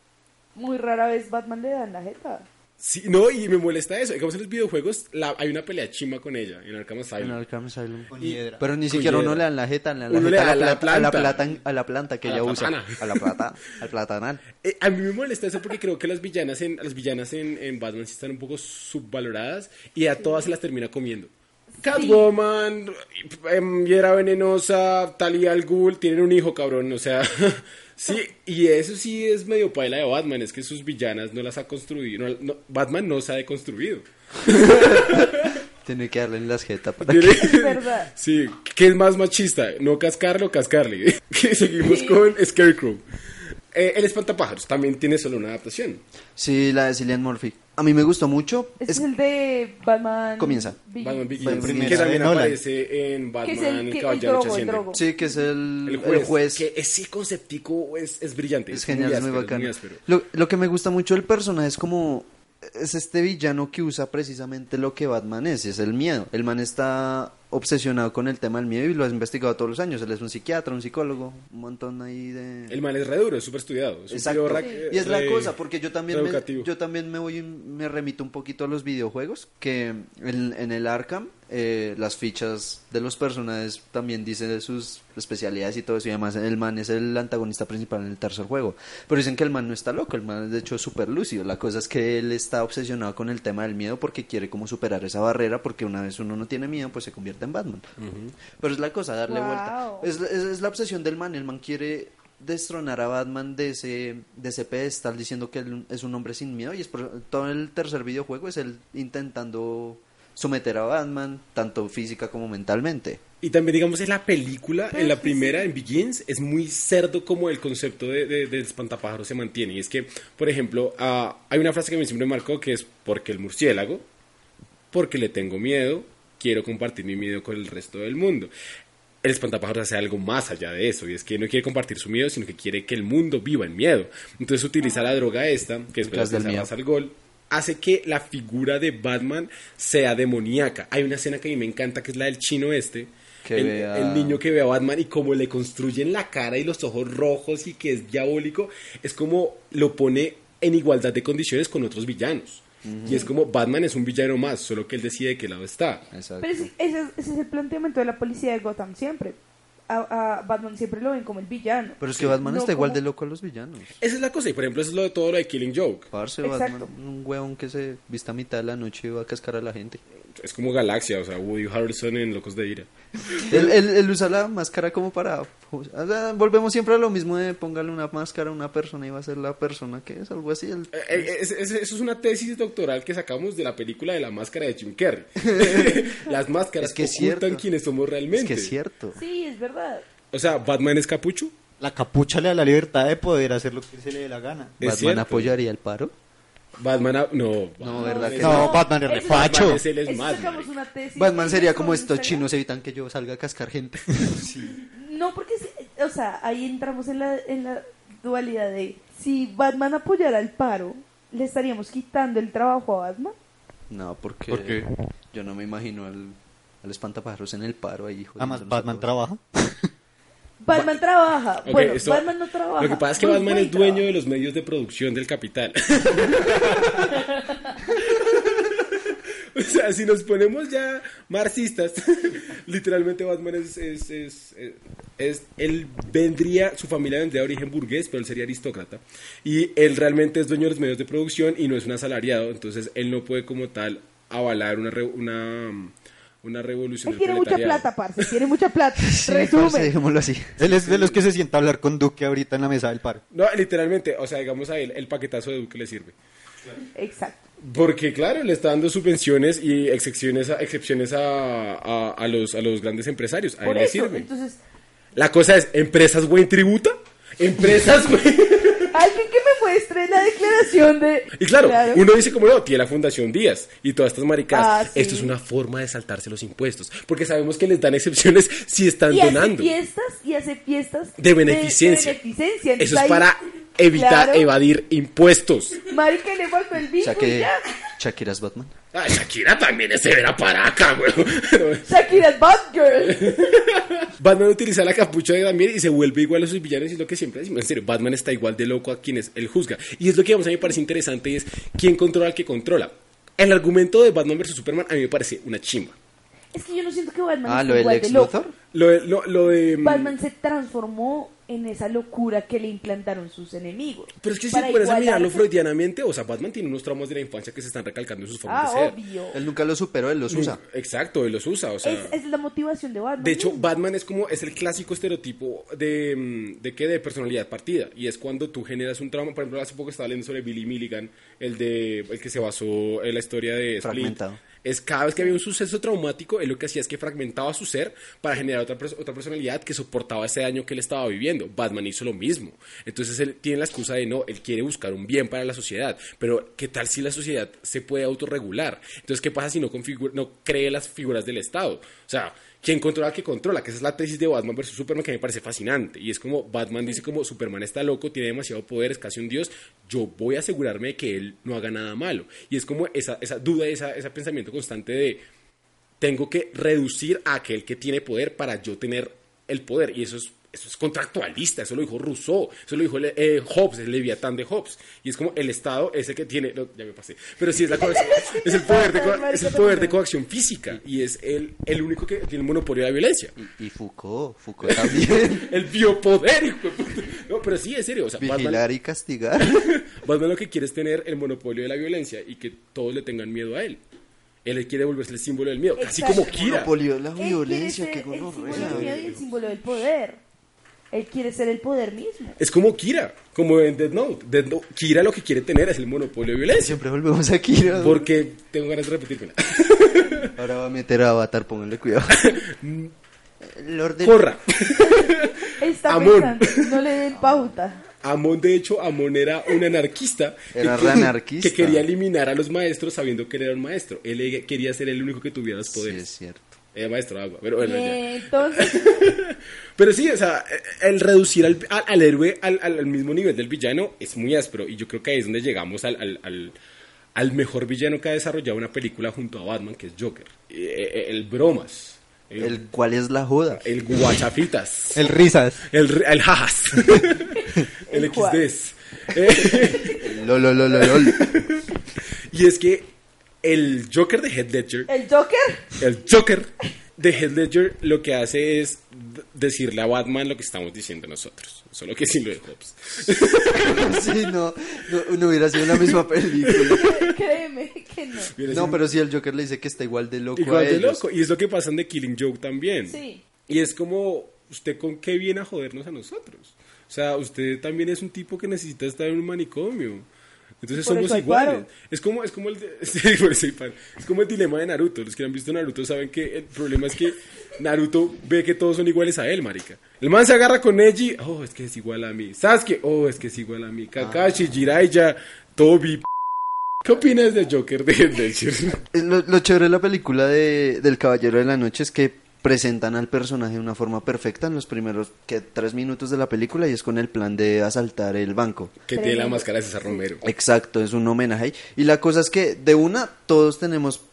muy rara vez Batman le dan la jeta. Sí, no, y me molesta eso. Digamos en los videojuegos la, hay una pelea chima con ella en Arkham Asylum. En Arkham Asylum. Con Y- Hiedra. Pero ni Con siquiera uno hiedra. le dan la jeta, le dan la Uno jeta le a da la, la plata, a la planta. plata, a la planta que A la ella usa. platana. A la plata, al platanal. Eh, a mí me molesta eso porque creo que las villanas en las villanas en, en Batman sí están un poco subvaloradas y a todas se las termina comiendo. Catwoman, em, Hiedra Venenosa, Talia al Ghul, tienen un hijo, cabrón, o sea, sí, y eso sí es medio paila de Batman, es que sus villanas no las ha construido, no, no, Batman no se ha deconstruido. Tiene que darle en las jetas para Tiene- que... Es verdad. Sí, ¿qué es más machista? ¿No cascarlo o cascarle? Seguimos con Scarecrow. Eh, el Espantapájaros también tiene solo una adaptación. Sí, la de Cillian Murphy. A mí me gustó mucho. Ese Es- es el de Batman. Comienza. Begins. Batman Begins, Batman que Begins. también de Nolan. aparece en Que Batman, es el, el, que, el Caballero drogo, el Asciende. drogo. Sí, que es el, El el juez, juez. que ese conceptico es, es brillante. Es genial, es muy áspero, bacano. muy áspero. Lo, lo que me gusta mucho del personaje es como... Es este villano que usa precisamente lo que Batman es, es el miedo. El man está obsesionado con el tema del miedo y lo ha investigado todos los años. Él es un psiquiatra, un psicólogo, un montón ahí de... El mal es re duro, es súper estudiado. Es un Exacto. tío ra- Y es la re- cosa, porque yo también re me, educativo. yo también me voy me remito un poquito a los videojuegos, que en, en el Arkham eh, las fichas de los personajes también dicen de sus especialidades y todo eso, y además el man es el antagonista principal en el tercer juego. Pero dicen que el man no está loco, el man es de hecho súper lúcido. La cosa es que él está obsesionado con el tema del miedo porque quiere como superar esa barrera, porque una vez uno no tiene miedo, pues se convierte en Batman. Pero es la cosa, darle Wow. vuelta. Es, es, es la obsesión del man, el man quiere destronar a Batman de ese, de ese pedestal diciendo que él es un hombre sin miedo, y es por todo el tercer videojuego es él intentando someter a Batman, tanto física como mentalmente. Y también, digamos, en la película, Pero en la es que primera, sí. en Begins, es muy cerdo como el concepto de, de, del espantapájaro se mantiene. Y es que, por ejemplo, ah, hay una frase que me siempre marcó que es porque el murciélago, porque le tengo miedo, quiero compartir mi miedo con el resto del mundo. El espantapájaros hace algo más allá de eso, y es que no quiere compartir su miedo, sino que quiere que el mundo viva en miedo. Entonces utiliza la droga esta, que es El gas del miedo. al gol, hace que la figura de Batman sea demoníaca. Hay una escena que a mí me encanta, que es la del chino este, Que el, ve a- el niño que ve a Batman y como le construyen la cara y los ojos rojos y que es diabólico, es como lo pone en igualdad de condiciones con otros villanos. Y es como Batman es un villano más, solo que él decide de qué lado está. Exacto. Pero ese, ese es- ese es el planteamiento de la policía de Gotham siempre. A, a Batman siempre lo ven como el villano. Pero es que Batman No está igual como- de loco a los villanos. Esa es la cosa, y por ejemplo eso es lo de todo lo de Killing Joke. Parce, Exacto. Batman, un huevón que se vista a mitad de la noche y va a cascar a la gente. Es como Galaxia, o sea, Woody Harrelson en Locos de Ira. Él, él, él usa la máscara como para... O sea, volvemos siempre a lo mismo de póngale una máscara a una persona y va a ser la persona que es, algo así. El- Eh, eh, es- es- eso es una tesis doctoral que sacamos de la película de la máscara de Jim Carrey. Las máscaras Es que es ocultan cierto. quiénes somos es realmente. que es cierto. Sí, es verdad. O sea, Batman es capucho. La capucha le da la libertad de poder hacer lo que se le dé la gana. Es ¿Batman cierto. apoyaría el paro? Batman, a- no, No, ¿verdad que es- No, Batman es Eso- refacho. Batman es el Eso esmad, sacamos marica. una tesis. Batman sería como con estos Instagram. chinos evitan que yo salga a cascar gente. No, porque, si- o sea, ahí entramos en la, en la dualidad de si Batman apoyara el paro, ¿le estaríamos quitando el trabajo a Batman? No, porque ¿Por qué? yo no me imagino al, al espantapájaros en el paro ahí. Además, jodiéndonos a Batman todos. trabaja. Batman trabaja. Ok, bueno, esto- Batman no trabaja. Lo que pasa es que Bruce Batman Wayne es dueño trabaja. de los medios de producción del capital. O sea, si nos ponemos ya marxistas, literalmente Batman es, es, es, es, es- él vendría, su familia vendría de origen burgués, pero él sería aristócrata. Y él realmente es dueño de los medios de producción y no es un asalariado, entonces él no puede como tal avalar una, re- una, una revolución Él del tiene mucha proletariado. plata, parce, tiene mucha plata. Sí, Resumen. parce, dejémoslo así. Él es de los que se sienta a hablar con Duque ahorita en la mesa del paro. No, literalmente, o sea, digamos a él, el paquetazo de Duque le sirve. Exacto. Porque, claro, le está dando subvenciones y excepciones a, excepciones a, a, a los, a los grandes empresarios. A Por él le eso, sirve. entonces, La cosa es, ¿empresas, güey, tributa? ¿Empresas, güey? alguien que me muestre la declaración de... Y claro, uno dice como no, tiene la Fundación Díaz y todas estas maricadas. Ah, sí. Esto es una forma de saltarse los impuestos. Porque sabemos que les dan excepciones si están y hace donando. fiestas, y hace fiestas... De beneficencia. de beneficencia. Eso Entonces, es ahí- para evitar claro, evadir impuestos. Marica, le faltó el O bico sea y que ya. Shakira es Batman. Ah, Shakira también es severa paraca, güey. Shakira's Batgirl. Batman utiliza la capucha de Damier y se vuelve igual a sus villanos y es lo que siempre decimos. En serio, Batman está igual de loco a quienes él juzga. Y es lo que vamos, a mí me parece interesante y es quién controla al que controla. El argumento de Batman versus Superman a mí me parece una chimba. Es que yo no siento que Batman Ah, esté lo del igual de ex loco. Luthor. Lo de... Lo, lo de Batman se transformó en esa locura que le implantaron sus enemigos. Pero es que si Para puedes igualarse- mirarlo freudianamente, o sea, Batman tiene unos traumas de la infancia que se están recalcando en sus formas Ah, de ser. obvio. Él nunca los superó, él los usa. Exacto, él los usa, o sea... Es, es la motivación de Batman. De hecho, mismo. Batman es como, es el clásico estereotipo de, mm, de qué, de personalidad partida. Y es cuando tú generas un trauma, por ejemplo, hace poco estaba leyendo sobre Billy Milligan, el de, el que se basó en la historia de Split. Fragmentado. Es cada vez que había un suceso traumático, él lo que hacía es que fragmentaba su ser para generar otra, pers- otra personalidad que soportaba ese daño que él estaba viviendo. Batman hizo lo mismo. Entonces él tiene la excusa de no, él quiere buscar un bien para la sociedad. Pero ¿qué tal si la sociedad se puede autorregular? Entonces, ¿qué pasa si no, configura, no cree las figuras del Estado? O sea, ¿quién controla al que controla? Que esa es la tesis de Batman versus Superman que me parece fascinante. Y es como Batman dice como Superman está loco, tiene demasiado poder, es casi un dios. Yo voy a asegurarme de que él no haga nada malo. Y es como esa, esa duda, esa, ese pensamiento constante de tengo que reducir a aquel que tiene poder para yo tener el poder. Y eso es, eso es contractualista, eso lo dijo Rousseau, eso lo dijo eh, Hobbes, el Leviatán de Hobbes. Y es como el Estado es el que tiene, no, ya me pasé, pero sí es, la coacción, es el poder de, co- es el poder de coacción física y es el, el único que tiene el monopolio de la violencia. Y, y Foucault, Foucault también. El biopoder, hijo de puta. No, pero sí, es serio. O sea, Batman, Vigilar y castigar. Batman lo que quiere es tener el monopolio de la violencia y que todos le tengan miedo a él. Él quiere volverse el símbolo del miedo, casi Exacto. como Kira. Monopolio de la Él quiere violencia, ser qué el símbolo del gonorrea. miedo y el símbolo del poder. Él quiere ser el poder mismo. Es como Kira, como en Death Note. Death Note. Kira lo que quiere tener es el monopolio de violencia. Siempre volvemos a Kira. Porque tengo ganas de repetirme. Ahora va a meter a Avatar, pónganle cuidado. Lord del- Corra. Está Amón. pensando, no le den pauta. Amon, de hecho, Amon era un anarquista. Era que, reanarquista. que quería eliminar a los maestros sabiendo que él era un maestro. Él eh, quería ser el único que tuviera los Sí, poderes. es cierto. Era maestro de agua, pero bueno, Y ya. entonces, Pero sí, o sea, el reducir al, al, al héroe al, al, al mismo nivel del villano es muy áspero. Y yo creo que ahí es donde llegamos al, al, al, al mejor villano que ha desarrollado una película junto a Batman, que es Joker. Eh, El bromas. El, El cuál es la joda. el guachafitas. El risas. El, el, el jajas. El El equis cual. des. Eh, Lol, lol, lol, lol. y es que el Joker de Heath Ledger, el Joker, el Joker de Heath Ledger lo que hace es d- decirle a Batman lo que estamos diciendo nosotros. Solo que sin lo de Hobbes. Sí, no, no, no hubiera sido la misma película. créeme que no. Viene No, siendo pero sí, el Joker le dice que está igual de loco igual a de ellos. loco. Y es lo que pasa en The Killing Joke también. Sí. Y es como, ¿usted con qué viene a jodernos a nosotros? O sea, usted también es un tipo que necesita estar en un manicomio. Entonces Por somos eso hay iguales. paro. Es como, es como el de- sí, por eso hay paro. Es como el dilema de Naruto. Los que han visto Naruto saben que el problema es que Naruto ve que todos son iguales a él, marica. El man se agarra con Neji, oh, es que es igual a mí. Sasuke, oh, es que es igual a mí. Kakashi, Jiraiya, Tobi. ¿Qué opinas de Joker de Heath Ledger? Eh, Lo, lo chévere de la película de, del Caballero de la Noche es que presentan al personaje de una forma perfecta en los primeros que tres minutos de la película y es con el plan de asaltar el banco. Que tiene la máscara de César Romero. Exacto, es un homenaje ahí. Y la cosa es que de una todos tenemos,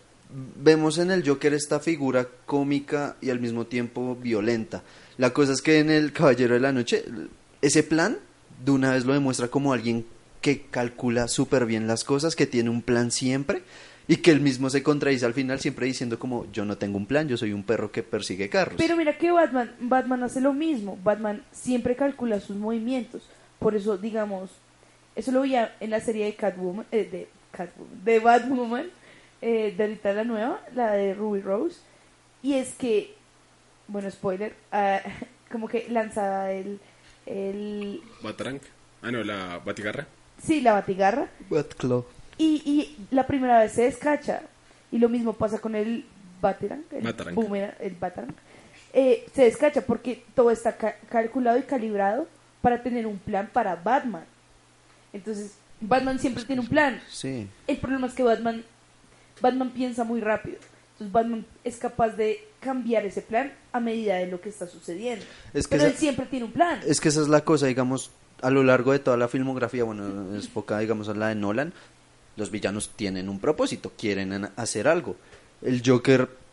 vemos en el Joker esta figura cómica y al mismo tiempo violenta. La cosa es que en el Caballero de la Noche ese plan de una vez lo demuestra como alguien que calcula súper bien las cosas, que tiene un plan siempre y que él mismo se contradice al final siempre diciendo como yo no tengo un plan, yo soy un perro que persigue carros. Pero mira que Batman, Batman hace lo mismo. Batman siempre calcula sus movimientos. Por eso, digamos, eso lo veía en la serie de Catwoman, eh, de Catwoman, de Batwoman, eh, de ahorita la nueva, la de Ruby Rose. Y es que, bueno, spoiler, ah, como que lanza el, el, Batarang. Ah, no, la Batigarra. sí, la batigarra. Batclaw. Y, y la primera vez se descacha. Y lo mismo pasa con el Batarang, el Batarang. boomerang, el Batarang. Eh, se descacha porque todo está ca- calculado y calibrado para tener un plan para Batman. Entonces, Batman siempre tiene un plan. Sí. El problema es que Batman, Batman piensa muy rápido. Entonces, Batman es capaz de cambiar ese plan a medida de lo que está sucediendo. Es que Pero esa- él siempre tiene un plan. Es que esa es la cosa, digamos, a lo largo de toda la filmografía, bueno, es enfocada, digamos, a la de Nolan, los villanos tienen un propósito, quieren en- hacer algo. El Joker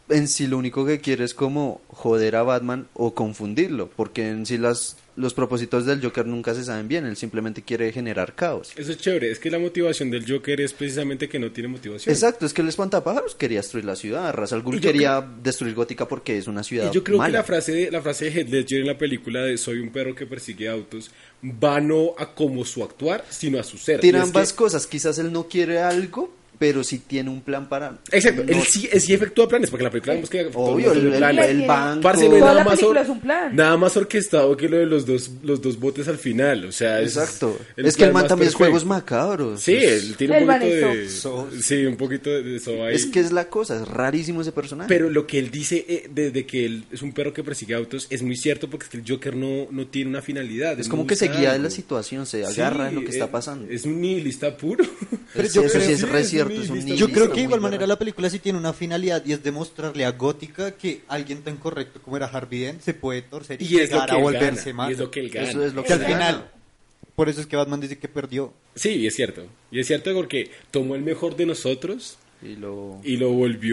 en sí lo único que quiere es como joder a Batman o confundirlo, porque en sí las los propósitos del Joker nunca se saben bien, él simplemente quiere generar caos. Eso es chévere, es que la motivación del Joker es precisamente que no tiene motivación. Exacto, es que el espantapájaros quería destruir la ciudad, Ra's al Ghul Y yo quería destruir Gótica porque es una ciudad Y yo creo mala. que la frase de la frase de Heath Ledger en la película de Soy un perro que persigue autos va no a como su actuar, sino a su ser. Tiene Y es ambas que- cosas, quizás él no quiere algo, pero sí tiene un plan para... Exacto, no- él sí, él sí efectúa planes, porque en la película vemos que todo Obvio, el mundo el, hace el- planes. el banco... Parce, no hay Toda nada la más película or- es un plan. Nada más orquestado que lo de los dos los dos botes al final, o sea, es Exacto. el Es que el plan man más también es perfecto. juegos macabros. Sí, Es- él tiene un El man poquito es de so- sí, un poquito de eso ahí. Es que es la cosa, es rarísimo ese personaje. Pero lo que él dice eh, de, de que él es un perro que persigue autos es muy cierto, porque es que el Joker no, no tiene una finalidad. es él como no que se busca guía de algo. la situación, se agarra de lo que Sí, está eh, pasando. Es un nihilista puro. Pero Es- yo eso creo- sí es sí, re es cierto, un es un nihilista. Yo nihilista creo que de muy igual manera raro. la película sí tiene una finalidad y es demostrarle a Gótica que alguien tan correcto como era Harvey Dent se puede torcer y, Y es lo llegar que a él volverse gana. malo. Y es lo que él gana. Eso es lo Que al que final, gana. por eso es que Batman dice que perdió. Sí, y es cierto. Y es cierto porque tomó el mejor de nosotros Y lo... y lo volvió...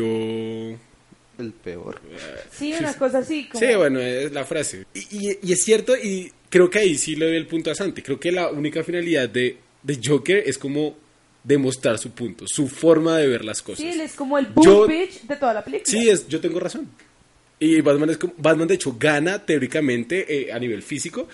el peor. Sí, una cosa así. Como... Sí, bueno, es la frase. Y, y- y es cierto, y creo que ahí sí le doy el punto a Santi. Creo que la única finalidad de, de Joker es como demostrar su punto, su forma de ver las cosas. Sí, él es como el Yo- bull bitch de toda la película. Sí, es, yo tengo razón. Y Batman, es como, Batman de hecho gana teóricamente eh, a nivel físico,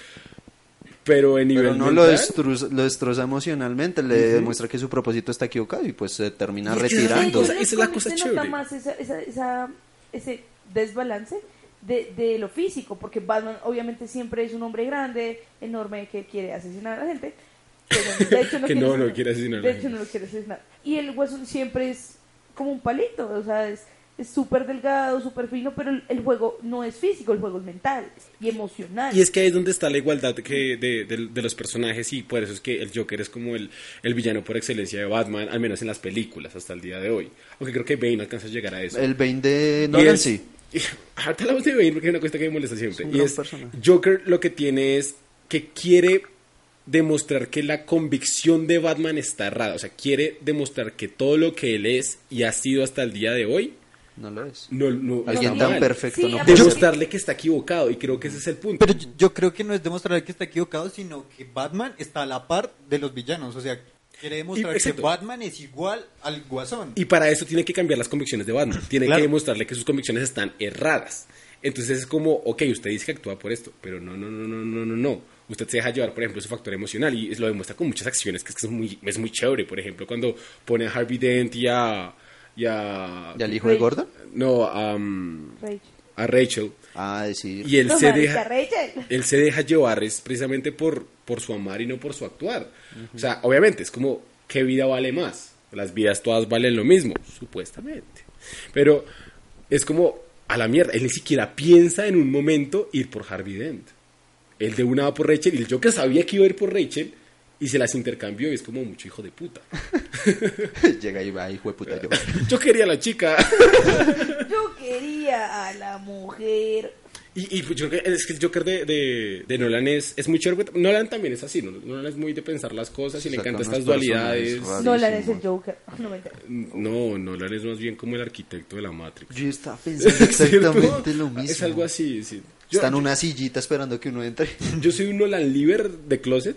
pero en nivel Pero no lo mental- destroza, lo destroza emocionalmente, le demuestra que su propósito está equivocado y pues se termina Y es que esa es la retirando. cosa- En los esa es la cómics cosa se chévere. nota más esa, esa, esa- ese desbalance de, de lo físico, porque Batman obviamente siempre es un hombre grande, enorme, que quiere asesinar a la gente. Pero de hecho no Que quiere no, no asesinar. quiere asesinar a De la hecho gente. no lo quiere asesinar. Y el Guasón siempre es como un palito, o sea, es es súper delgado, súper fino, pero el, el juego no es físico, el juego es mental y emocional. Y es que ahí es donde está la igualdad que de, de- de los personajes y por eso es que el Joker es como el, el villano por excelencia de Batman, al menos en las películas hasta el día de hoy. Aunque creo que Bane no alcanza a llegar a eso. El Bane de Y Nolan es- sí. y- ahorita hablamos de Bane porque es una cosa que me molesta siempre. Es un y gran es, personaje. Joker lo que tiene es que quiere demostrar que la convicción de Batman está errada. O sea, quiere demostrar que todo lo que él es y ha sido hasta el día de hoy No lo es. no, no Alguien está tan mal. perfecto Sí, no a puede mí- ser. Demostrarle que está equivocado y creo que ese es el punto. Pero yo, yo creo que no es demostrar que está equivocado, sino que Batman está a la par de los villanos. O sea, quiere demostrar Y- exacto. que Batman es igual al Guasón. Y para eso tiene que cambiar las convicciones de Batman. Tiene Claro. que demostrarle que sus convicciones están erradas. Entonces es como, ok, usted dice que actúa por esto, pero no, no, no, no, no, no, no. Usted se deja llevar, por ejemplo, su factor emocional y lo demuestra con muchas acciones, que es, que es, muy, es muy chévere. Por ejemplo, cuando pone a Harvey Dent y a... Y a ¿Y al hijo de Gordon? no, a, um, Rachel. a Rachel. Ah, decir. Y él No, se marica, deja... Rachel. Él se deja llevar es precisamente por, por su amar y no por su actuar. O sea, obviamente, es como, ¿qué vida vale más? Las vidas todas valen lo mismo, supuestamente. Pero es como, a la mierda, él ni siquiera piensa en un momento ir por Harvey Dent. Él de una va por Rachel y el Joker sabía que iba a ir por Rachel y se las intercambió y es como mucho hijo de puta. Llega y va, hijo de puta, yo. Yo quería a la chica. Yo quería a la mujer. Y, y pues yo creo que es que el Joker de, de, de Nolan es, es muy chévere. Nolan también es así, ¿no? Nolan es muy de pensar las cosas y le Saca encantan unos estas dualidades. personajes Nolan es el rarísimos. Joker. No me entero. No, Nolan es más bien como el arquitecto de la Matrix. Yo estaba pensando exactamente ¿Cierto? lo mismo. Es algo así, sí. Yo, Está en yo- una sillita esperando que uno entre. yo soy un Nolan Liver de closet.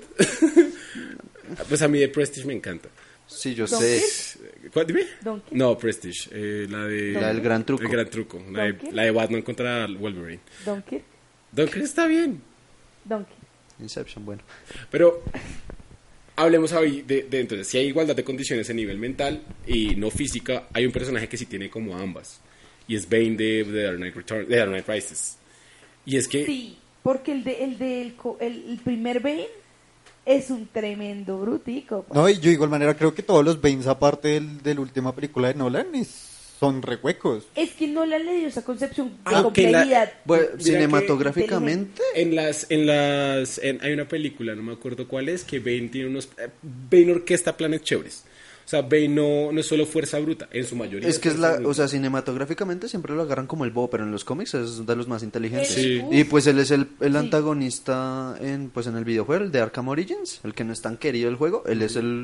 Pues a mí de Prestige me encanta. Sí, yo ¿Donkey? sé. ¿Cuál, dime? Donkey. No, Prestige. eh, la de... La del gran truco. El gran truco. La de, ¿Donkey? la de Batman contra Wolverine. Donkey. Donkey está bien. Donkey. Inception, bueno. Pero hablemos hoy de, de entonces, si hay igualdad de condiciones a nivel mental y no física, hay un personaje que sí tiene como ambas. Y es Bane de The Dark Knight Return, de Dark Knight Rises. Y es que Sí, porque el de el del co- el, el primer Bane es un tremendo brutico. pa. No, y yo de igual manera creo que todos los Banes, aparte del, de la última película de Nolan, es- son recuecos. Es que Nolan le dio esa concepción de Ah, ok, la- complejidad. Bueno, Mira cinematográficamente, en las, en las, en- hay una película, no me acuerdo cuál es, que Bane tiene unos, eh, Bane orquesta planes chéveres. O sea, Bane no, no es solo fuerza bruta, en su mayoría. es que es fuerza la, bruta. o sea, cinematográficamente siempre lo agarran como el bobo, pero en los cómics es de los más inteligentes. Sí. Y pues él es el, el Sí. antagonista en, pues en el videojuego, el de Arkham Origins, el que no es tan querido el juego, él es el,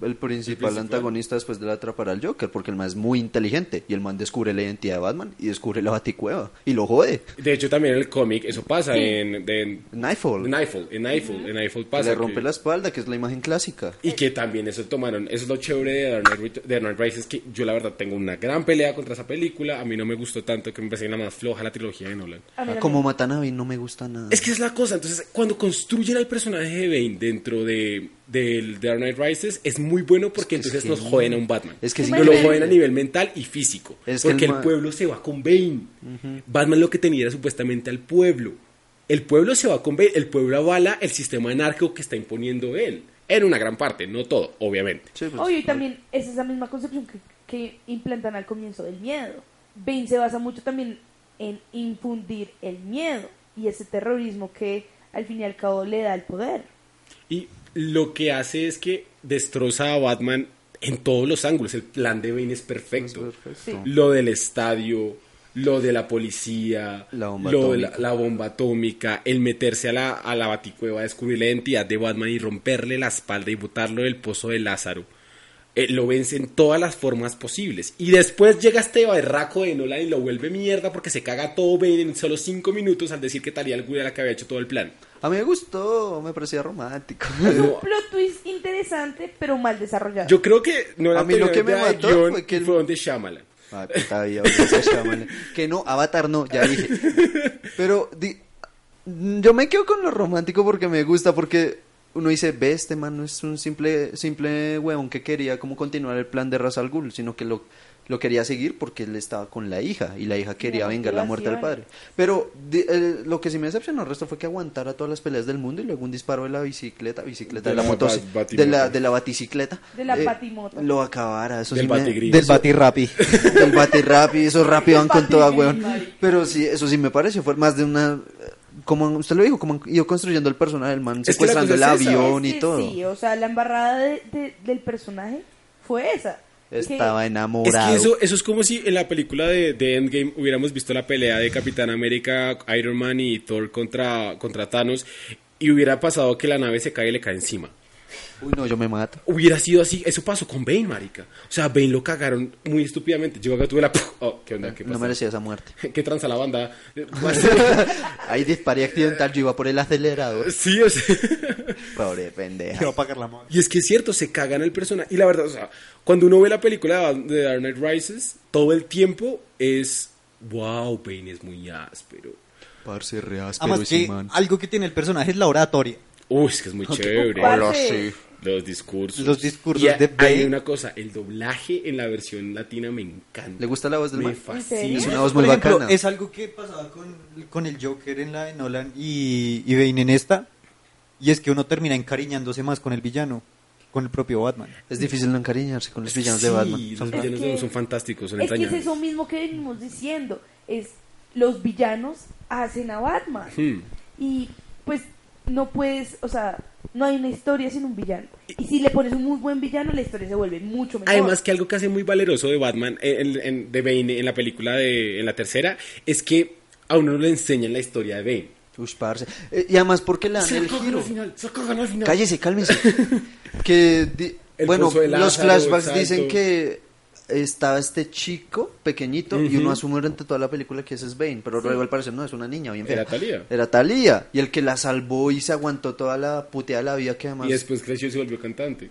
el principal principal. antagonista después de la atrapar al Joker, porque el man es muy inteligente y el man descubre la identidad de Batman y descubre la Baticueva y lo jode. De hecho, también en el cómic eso pasa en, de- en Nightfall. Nightfall. En Nightfall, en Nightfall Que pasa. le rompe que- la espalda, que es la imagen clásica. Y que también eso tomaron, eso es lo chévere de Dark Knight, de Dark Knight Rises, que yo la verdad tengo una gran pelea contra esa película, a mí no me gustó tanto, que me parece la más floja la trilogía de Nolan. A mí Ah, no como me- matan a Bane no me gusta nada. Es que es la cosa, entonces cuando construyen al personaje de Bane dentro de, del Dark Knight Rises es muy bueno porque Es que entonces es nos genial. joden a un Batman. Es que es no lo increíble. joden a nivel mental y físico, Es que porque el el, ma- pueblo se va con Bane. Batman lo que tenía era supuestamente al pueblo. El pueblo se va con Bane, el pueblo avala el sistema anárquico que está imponiendo él. En una gran parte, no todo, obviamente. Sí, pues, Obvio, y también es esa misma concepción que, que implantan al comienzo del miedo. Bane se basa mucho también en infundir el miedo y ese terrorismo que al fin y al cabo le da el poder. Y lo que hace es que destroza a Batman en todos los ángulos. El plan de Bane es perfecto. es perfecto. Sí. Lo del estadio, lo de la policía, La bomba lo de la, atómica. la bomba atómica, el meterse a la, a la baticueva, descubrir la identidad de Batman y romperle la espalda y botarlo del pozo de Lázaro. Eh, lo vence en todas las formas posibles. Y después llega este berraco de Nolan y lo vuelve mierda porque se caga todo Bane en solo cinco minutos al decir que Talia al Ghul era la que había hecho todo el plan. A mí me gustó, me parecía romántico. Es un plot twist interesante, pero mal desarrollado. Yo creo que no A mí lo que me idea de mató guión fue que el- fue de Shyamalan. Ay, puta vida, ahorita se llama. Que no, Avatar no, ya dije. Pero di- yo me quedo con lo romántico porque me gusta, porque uno dice, ve, este man no es un simple simple huevón que quería como continuar el plan de Ra's al Ghul, sino que lo, lo quería seguir porque él estaba con la hija y la hija quería La vengar la muerte del padre. Pero di- eh, lo que sí me decepcionó el resto fue que aguantara todas las peleas del mundo y luego un disparo de la bicicleta, bicicleta de, De la, la moto, ba- de batimoto. la de la baticicleta, De la eh, batimoto. lo acabara, eso Del sí me- batigris. Del eso- Batirrapi. del batirrap y esos rap iban con toda, Batigris, weón. marica. Pero sí, eso sí me pareció, fue más de una... Como usted lo dijo, como han ido construyendo el personaje del man, Es que la secuestrando el cosa es esa. avión Es y que todo. Sí, o sea, la embarrada de- de- del personaje fue esa. Estaba Que- Es enamorado. que eso, eso es como si en la película de, de Endgame hubiéramos visto la pelea de Capitán América, Iron Man y Thor contra, contra Thanos y hubiera pasado que la nave se cae y le cae encima. Uy, no, yo me mato. Hubiera sido así, eso pasó con Bane, marica. O sea, Bane lo cagaron muy estúpidamente. Llegó acá, tuve la... Oh, ¿qué onda? ¿Qué No pasó? merecía esa muerte. ¿Qué tranza la banda? Ahí disparé accidental, yo iba por el acelerador. Sí, o sea... Pobre pendeja. Que va a pagar la moda. Y es que es cierto, se cagan el personaje. Y la verdad, o sea, cuando uno ve la película de Dark Knight Rises, todo el tiempo es... Wow, Bane es muy áspero. Parce, reas, Además pero que sí, man. algo que tiene el personaje es la oratoria. Uy, es que es muy chévere. Parce. Los discursos. Los discursos Y a- de hay Bane. una cosa, el doblaje en la versión latina me encanta. ¿Le gusta la voz del Me man? ¿En fascina. serio? Es una voz Por muy ejemplo, bacana. es algo que pasaba con, con el Joker en la de Nolan y, y Bane en esta. Y es que uno termina encariñándose más con el villano, con el propio Batman. Es difícil no encariñarse con los villanos Sí, de Batman. los Son- villanos Es que- son fantásticos, son Es que es entrañables. eso mismo que venimos diciendo. Es los villanos hacen a Batman. Hmm. Y pues no puedes, o sea, no hay una historia sin un villano. Y si le pones un muy buen villano, la historia se vuelve mucho mejor. Además que algo que hace muy valeroso de Batman, en, en- de Bane en la película de, en la tercera, es que a uno le enseñan la historia de Bane. Ush, parce. Eh, y además porque le dan Se el cagan giro. al final, se cagan al final. Cállese, cálmese. que di- El bueno, pozo de los Lázaro, flashbacks exacto. dicen que estaba este chico pequeñito y uno asume durante toda la película que ese es Bane, pero luego al parecer no, es una niña bien fea. Era Thalía. Era Thalía, y el que la salvó y se aguantó toda la puteada de la vida que además... Y después creció y se volvió cantante.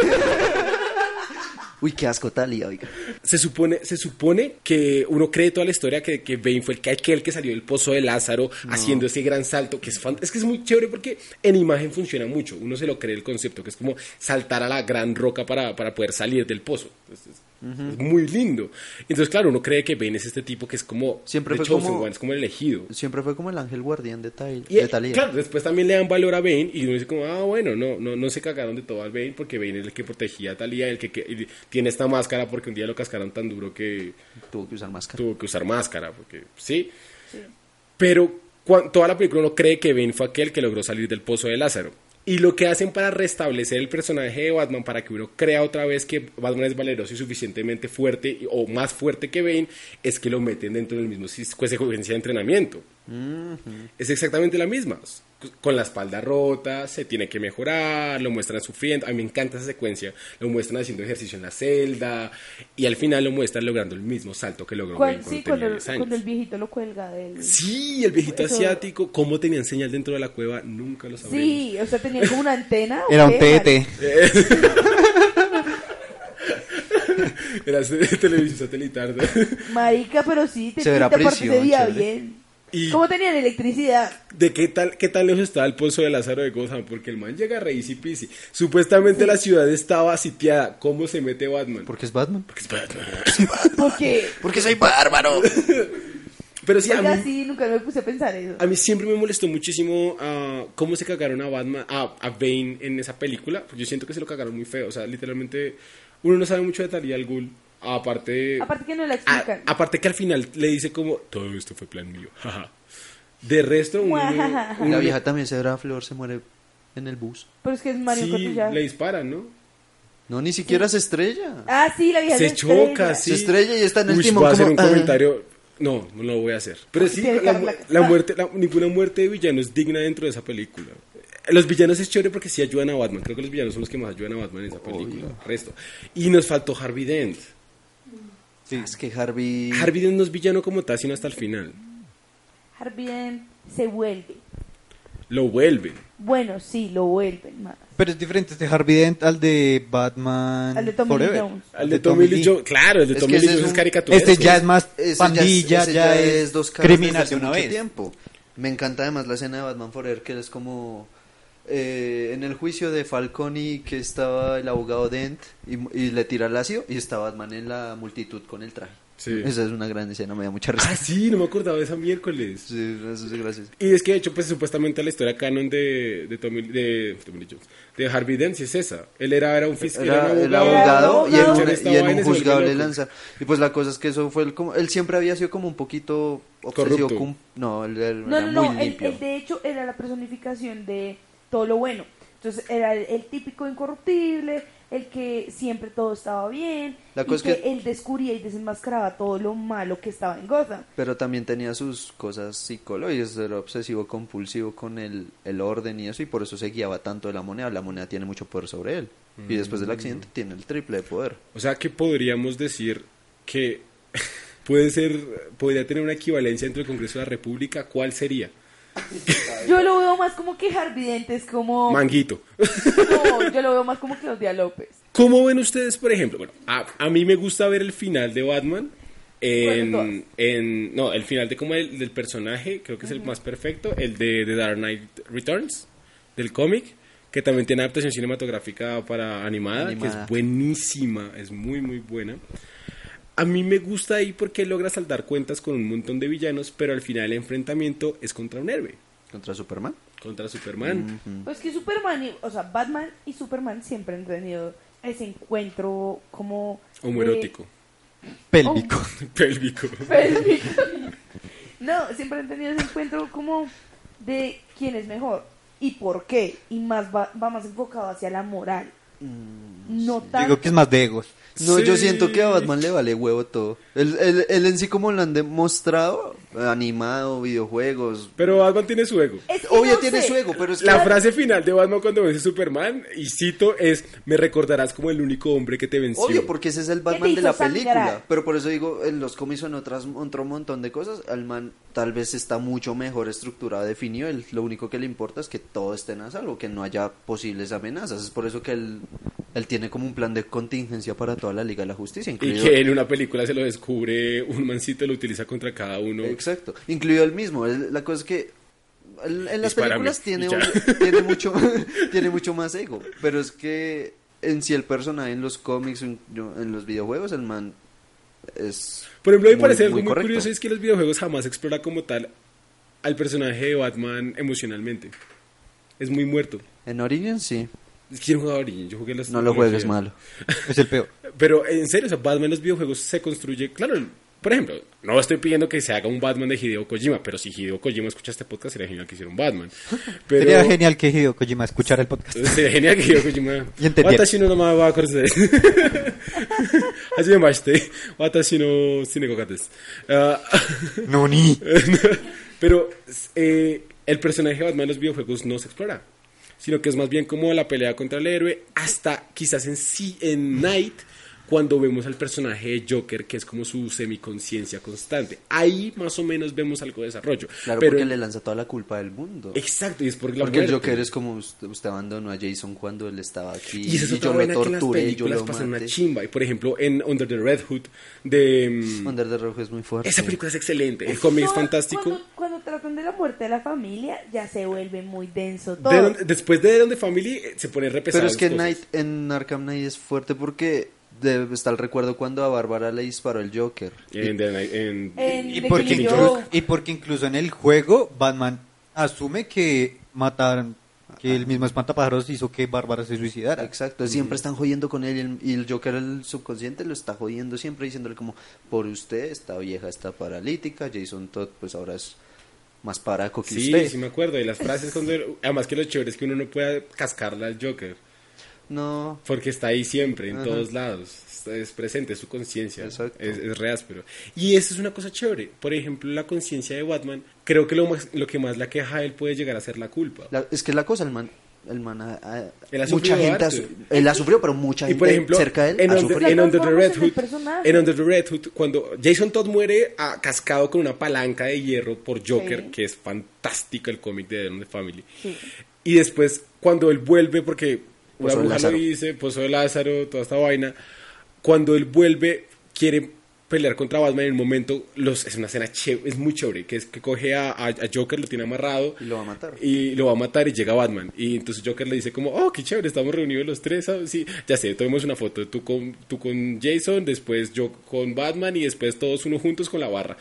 Uy, qué asco Thalía, oiga. Se supone, se supone que uno cree toda la historia que, que Bane fue el que, aquel que salió del pozo de Lázaro haciendo ese gran salto, que es, fan- es que es muy chévere porque en imagen funciona mucho, uno se lo cree el concepto, que es como saltar a la gran roca para, para poder salir del pozo. Entonces, es, es muy lindo. Entonces, claro, uno cree que Bane es este tipo que es como Siempre the fue chosen como- one, es como el elegido. Siempre fue como el ángel guardián de, Tal- Y, de Thalía. claro, después también le dan valor a Bane y uno dice como, ah, bueno, no, no, no se cagaron de todo al Bane porque Bane es el que protegía a Thalía, el que, que y tiene esta máscara porque un día lo cascaron tan duro que Tuvo que usar máscara. tuvo que usar máscara, porque sí. Pero cuan- toda la película uno cree que Bane fue aquel que logró salir del pozo de Lázaro. Y lo que hacen para restablecer el personaje de Batman, para que uno crea otra vez que Batman es valeroso y suficientemente fuerte, y- o más fuerte que Bane, es que lo meten dentro del mismo sis- secuencia de entrenamiento. Es exactamente la misma. con la espalda rota, se tiene que mejorar, lo muestran sufriendo. A mí me encanta esa secuencia. Lo muestran haciendo ejercicio en la celda y al final lo muestran logrando el mismo salto que logró Cuando, Wayne cuando sí, tenía cuando, diez años. cuando el viejito lo cuelga del... Sí, el viejito Eso- asiático, cómo tenían señal dentro de la cueva, nunca lo sabremos. Sí, o sea, tenía como una antena. ¿o Era un qué, T E Mari? T. Era de televisión satelital, ¿no? Marica, pero sí, te, Severa te aparte prisión, se veía chévere. bien. Y- ¿Cómo tenían electricidad? ¿De qué tal, qué tan lejos estaba el pozo de Lázaro de Gotham? Porque el man llega re easy peasy. Supuestamente la ciudad estaba sitiada. ¿Cómo se mete Batman? Porque es Batman. Porque es Batman. Porque, Porque soy bárbaro. Pero sí, a oiga, mí, sí, nunca me puse a pensar eso. a mí siempre me molestó muchísimo ah, cómo se cagaron a Batman, a, a Bane en esa película. Yo siento que se lo cagaron muy feo. O sea, literalmente, uno no sabe mucho de Talia al Ghul. Aparte, Aparte que no la a- explican. aparte que al final le dice como, todo esto fue plan mío. jaja. De resto, uno, uno- La vieja también, Severa Flor, se muere en el bus. Pero es que es Mario sí, Cotillard. le disparan, ¿no? No, ni siquiera se estrella. Ah, sí, la vieja Se se choca, estrella. sí. Se estrella y está en el Uy, timón voy a hacer como, un ah. comentario. No, no lo voy a hacer. Pero sí, Tiene la, que mu- hablar. la muerte, la- ninguna muerte de villano es digna dentro de esa película. Los villanos es chévere porque sí ayudan a Batman. Creo que los villanos son los que más ayudan a Batman en esa película. Resto. Y nos faltó Harvey Dent. Ah, es que Harvey... Harvey Dent no es villano como tal, sino hasta el final. Harvey Dent se vuelve. Lo vuelven. Bueno, sí, lo vuelven más. Pero es diferente este Harvey Dent al de Batman Al de Tommy Lee Forever. Jones. Al de Tommy Lee Jones. Claro, el de Es Tommy que Lee ese Jones es es un- caricatura. Este ya es más Ese pandilla, ese ya, es, dos caras criminal desde de una hace mucho vez. tiempo. Me encanta además la escena de Batman Forever, que es como eh, en el juicio de Falcone, que estaba el abogado Dent y, y le tira el ácido y está Batman en la multitud con el traje. Sí. Esa es una gran escena, me da mucha risa. Ah, sí, no me acordaba de esa miércoles. Sí, eso es gracioso. Y es que de hecho, pues supuestamente la historia canon de, de Tommy, de, Tommy Lee Jones, de Harvey Dent sí es esa. Él era, era un fiscal, Era el era abogado y en, Era un- un- y estaba en en un ese vuelve juzgado le loco. lanza. Y pues la cosa es que eso fue el, como él siempre había sido como un poquito obsesivo Corrupto. con, no, él, él No, era no, muy no, él, limpio. él de hecho era la personificación de todo lo bueno. Entonces era el, el típico incorruptible, el que siempre todo estaba bien, La y cosa que, es que- él descubría y desenmascaraba todo lo malo que estaba en Gotham. Pero también tenía sus cosas psicológicas, era obsesivo compulsivo con el, el orden y eso, y por eso se guiaba tanto de la moneda. La moneda tiene mucho poder sobre él. Y después del accidente tiene el triple de poder. O sea que podríamos decir que puede ser, podría tener una equivalencia entre el Congreso de la República. ¿Cuál sería? Yo lo veo más como que Harvey Dent es como... Manguito. No, yo lo veo más como Claudia López. ¿Cómo ven ustedes, por ejemplo? Bueno, a, a mí me gusta ver el final de Batman. En, ¿Cuál en, no, el final de como el, del personaje, creo que es el más perfecto, el de The Dark Knight Returns, del cómic, que también tiene adaptación cinematográfica para animada, Animada. que es buenísima, es muy muy buena. A mí me gusta ahí porque logra saldar cuentas con un montón de villanos, pero al final el enfrentamiento es contra un héroe, ¿Contra Superman? contra Superman. Pues que Superman, y, o sea, Batman y Superman siempre han tenido ese encuentro como... Homoerótico, Pélvico. pélvico. de- pélvico. No, siempre han tenido ese encuentro como de quién es mejor y por qué. Y más va, va más enfocado hacia la moral. No tanto... Digo que es más de egos. No, yo Sí. siento que a Batman le vale huevo todo. Él, él, él en sí como lo han demostrado, animado, videojuegos. Pero Batman tiene su ego. Es que Obvio no tiene sé. su ego, pero es que... La frase final de Batman cuando vence a Superman, y cito, es: me recordarás como el único hombre que te venció. Obvio, porque ese es el te Batman de hizo la sangrar. película. Pero por eso digo, en los cómics o en otras, otro montón de cosas, el man tal vez está mucho mejor estructurado, definido. Él, lo único que le importa es que todo esté a salvo, que no haya posibles amenazas. Es por eso que él, él tiene como un plan de contingencia para toda la Liga de la Justicia. Y Incluido, que en una película se lo descubre un mancito y lo utiliza contra cada uno. Exacto, incluido él mismo. Él- la cosa es que él- en las Dispárame, películas tiene, y ya. un- tiene, mucho, tiene mucho más ego. Pero es que en sí el personaje en los cómics, en, en los videojuegos, el man es... Por ejemplo, a mí me muy- parece algo muy muy correcto. curioso: es que los videojuegos jamás explora como tal al personaje de Batman emocionalmente. Es muy muerto. En Origins sí. Es que yo no jugaba Origin, yo jugué las No lo juegues tecnologías. malo. Es el peor. Pero en serio, o sea, Batman en los videojuegos se construye. Claro, por ejemplo, no estoy pidiendo que se haga un Batman de Hideo Kojima, pero si Hideo Kojima escucha este podcast, sería genial que hiciera un Batman. Pero, Sería genial que Hideo Kojima escuchara el podcast. Sería genial que Hideo Kojima. Y entendiera. Watashi no nama wa korose. Hajimemashite. Watashi no sine koka desu. Ah, No, ni. Pero eh, el personaje de Batman en los videojuegos no se explora, sino que es más bien como la pelea contra el héroe, hasta quizás en sí, en Night, cuando vemos al personaje de Joker, que es como su semiconciencia constante. Ahí más o menos vemos algo de desarrollo. Claro, pero porque le lanza toda la culpa del mundo. Exacto, y es por la Porque el muerte. Joker es como usted, usted abandonó a Jason cuando él estaba aquí. Y esa es y otra yo lo vaina que en las torturé y yo películas lo pasan una maté. chimba. Y por ejemplo, en Under the Red Hood, de... mm, Under the Rojo es muy fuerte. esa película es excelente. El cómic es No, fantástico. Cuando, cuando tratan de la muerte de la familia, ya se vuelve muy denso todo. De donde- después de Donde Family eh, se pone repesado. Pero es que Knight, en Arkham Knight es fuerte porque debe estar el recuerdo cuando a Bárbara le disparó el Joker. En, The Night- en- En Y The porque, Killing incluso, Joke. y porque incluso en el juego Batman asume que mataron, que el mismo espantapájaros hizo que Bárbara se suicidara. Exacto, siempre están jodiendo con él y el, y el Joker, el subconsciente, lo está jodiendo siempre diciéndole como, por usted, esta vieja está paralítica, Jason Todd pues ahora es más paraco que Sí, usted. sí me acuerdo. Y las frases cuando... Además que lo chévere es que uno no puede cascarla al Joker. No, Porque está ahí siempre, en Ajá. todos lados. Está- Es presente, es su conciencia. Exacto. Es, es re áspero. Y eso es una cosa chévere. Por ejemplo, la conciencia de Batman, creo que lo, más, lo que más la queja a él puede llegar a ser la culpa. la- es que es la cosa, el man, el man ha- ha- Él ha mucha sufrido gente ha harto. su- él ha sufrido, pero mucha Y gente por ejemplo, cerca de él en, ha Under, sufrido. en Under the Transformas Red en el Hood, personaje. en Under the Red Hood, cuando Jason Todd muere ah, cascado con una palanca de hierro por Joker, Sí. que es fantástico el cómic de The Family. Sí. Y después, cuando él vuelve, porque una Pozo de bruja lo Lázaro. dice, Pozo de Lázaro, toda esta vaina, cuando él vuelve, quiere pelear contra Batman en un momento, los, es una escena chévere, es muy chévere, que es que coge a, a- a Joker, lo tiene amarrado. Y lo va a matar. Y lo va a matar y llega Batman. Y entonces Joker le dice como, oh, qué chévere, estamos reunidos los tres. ¿sabes? Sí, ya sé, tomemos una foto, tú con, tú con Jason, después yo con Batman y después todos uno juntos con la barra.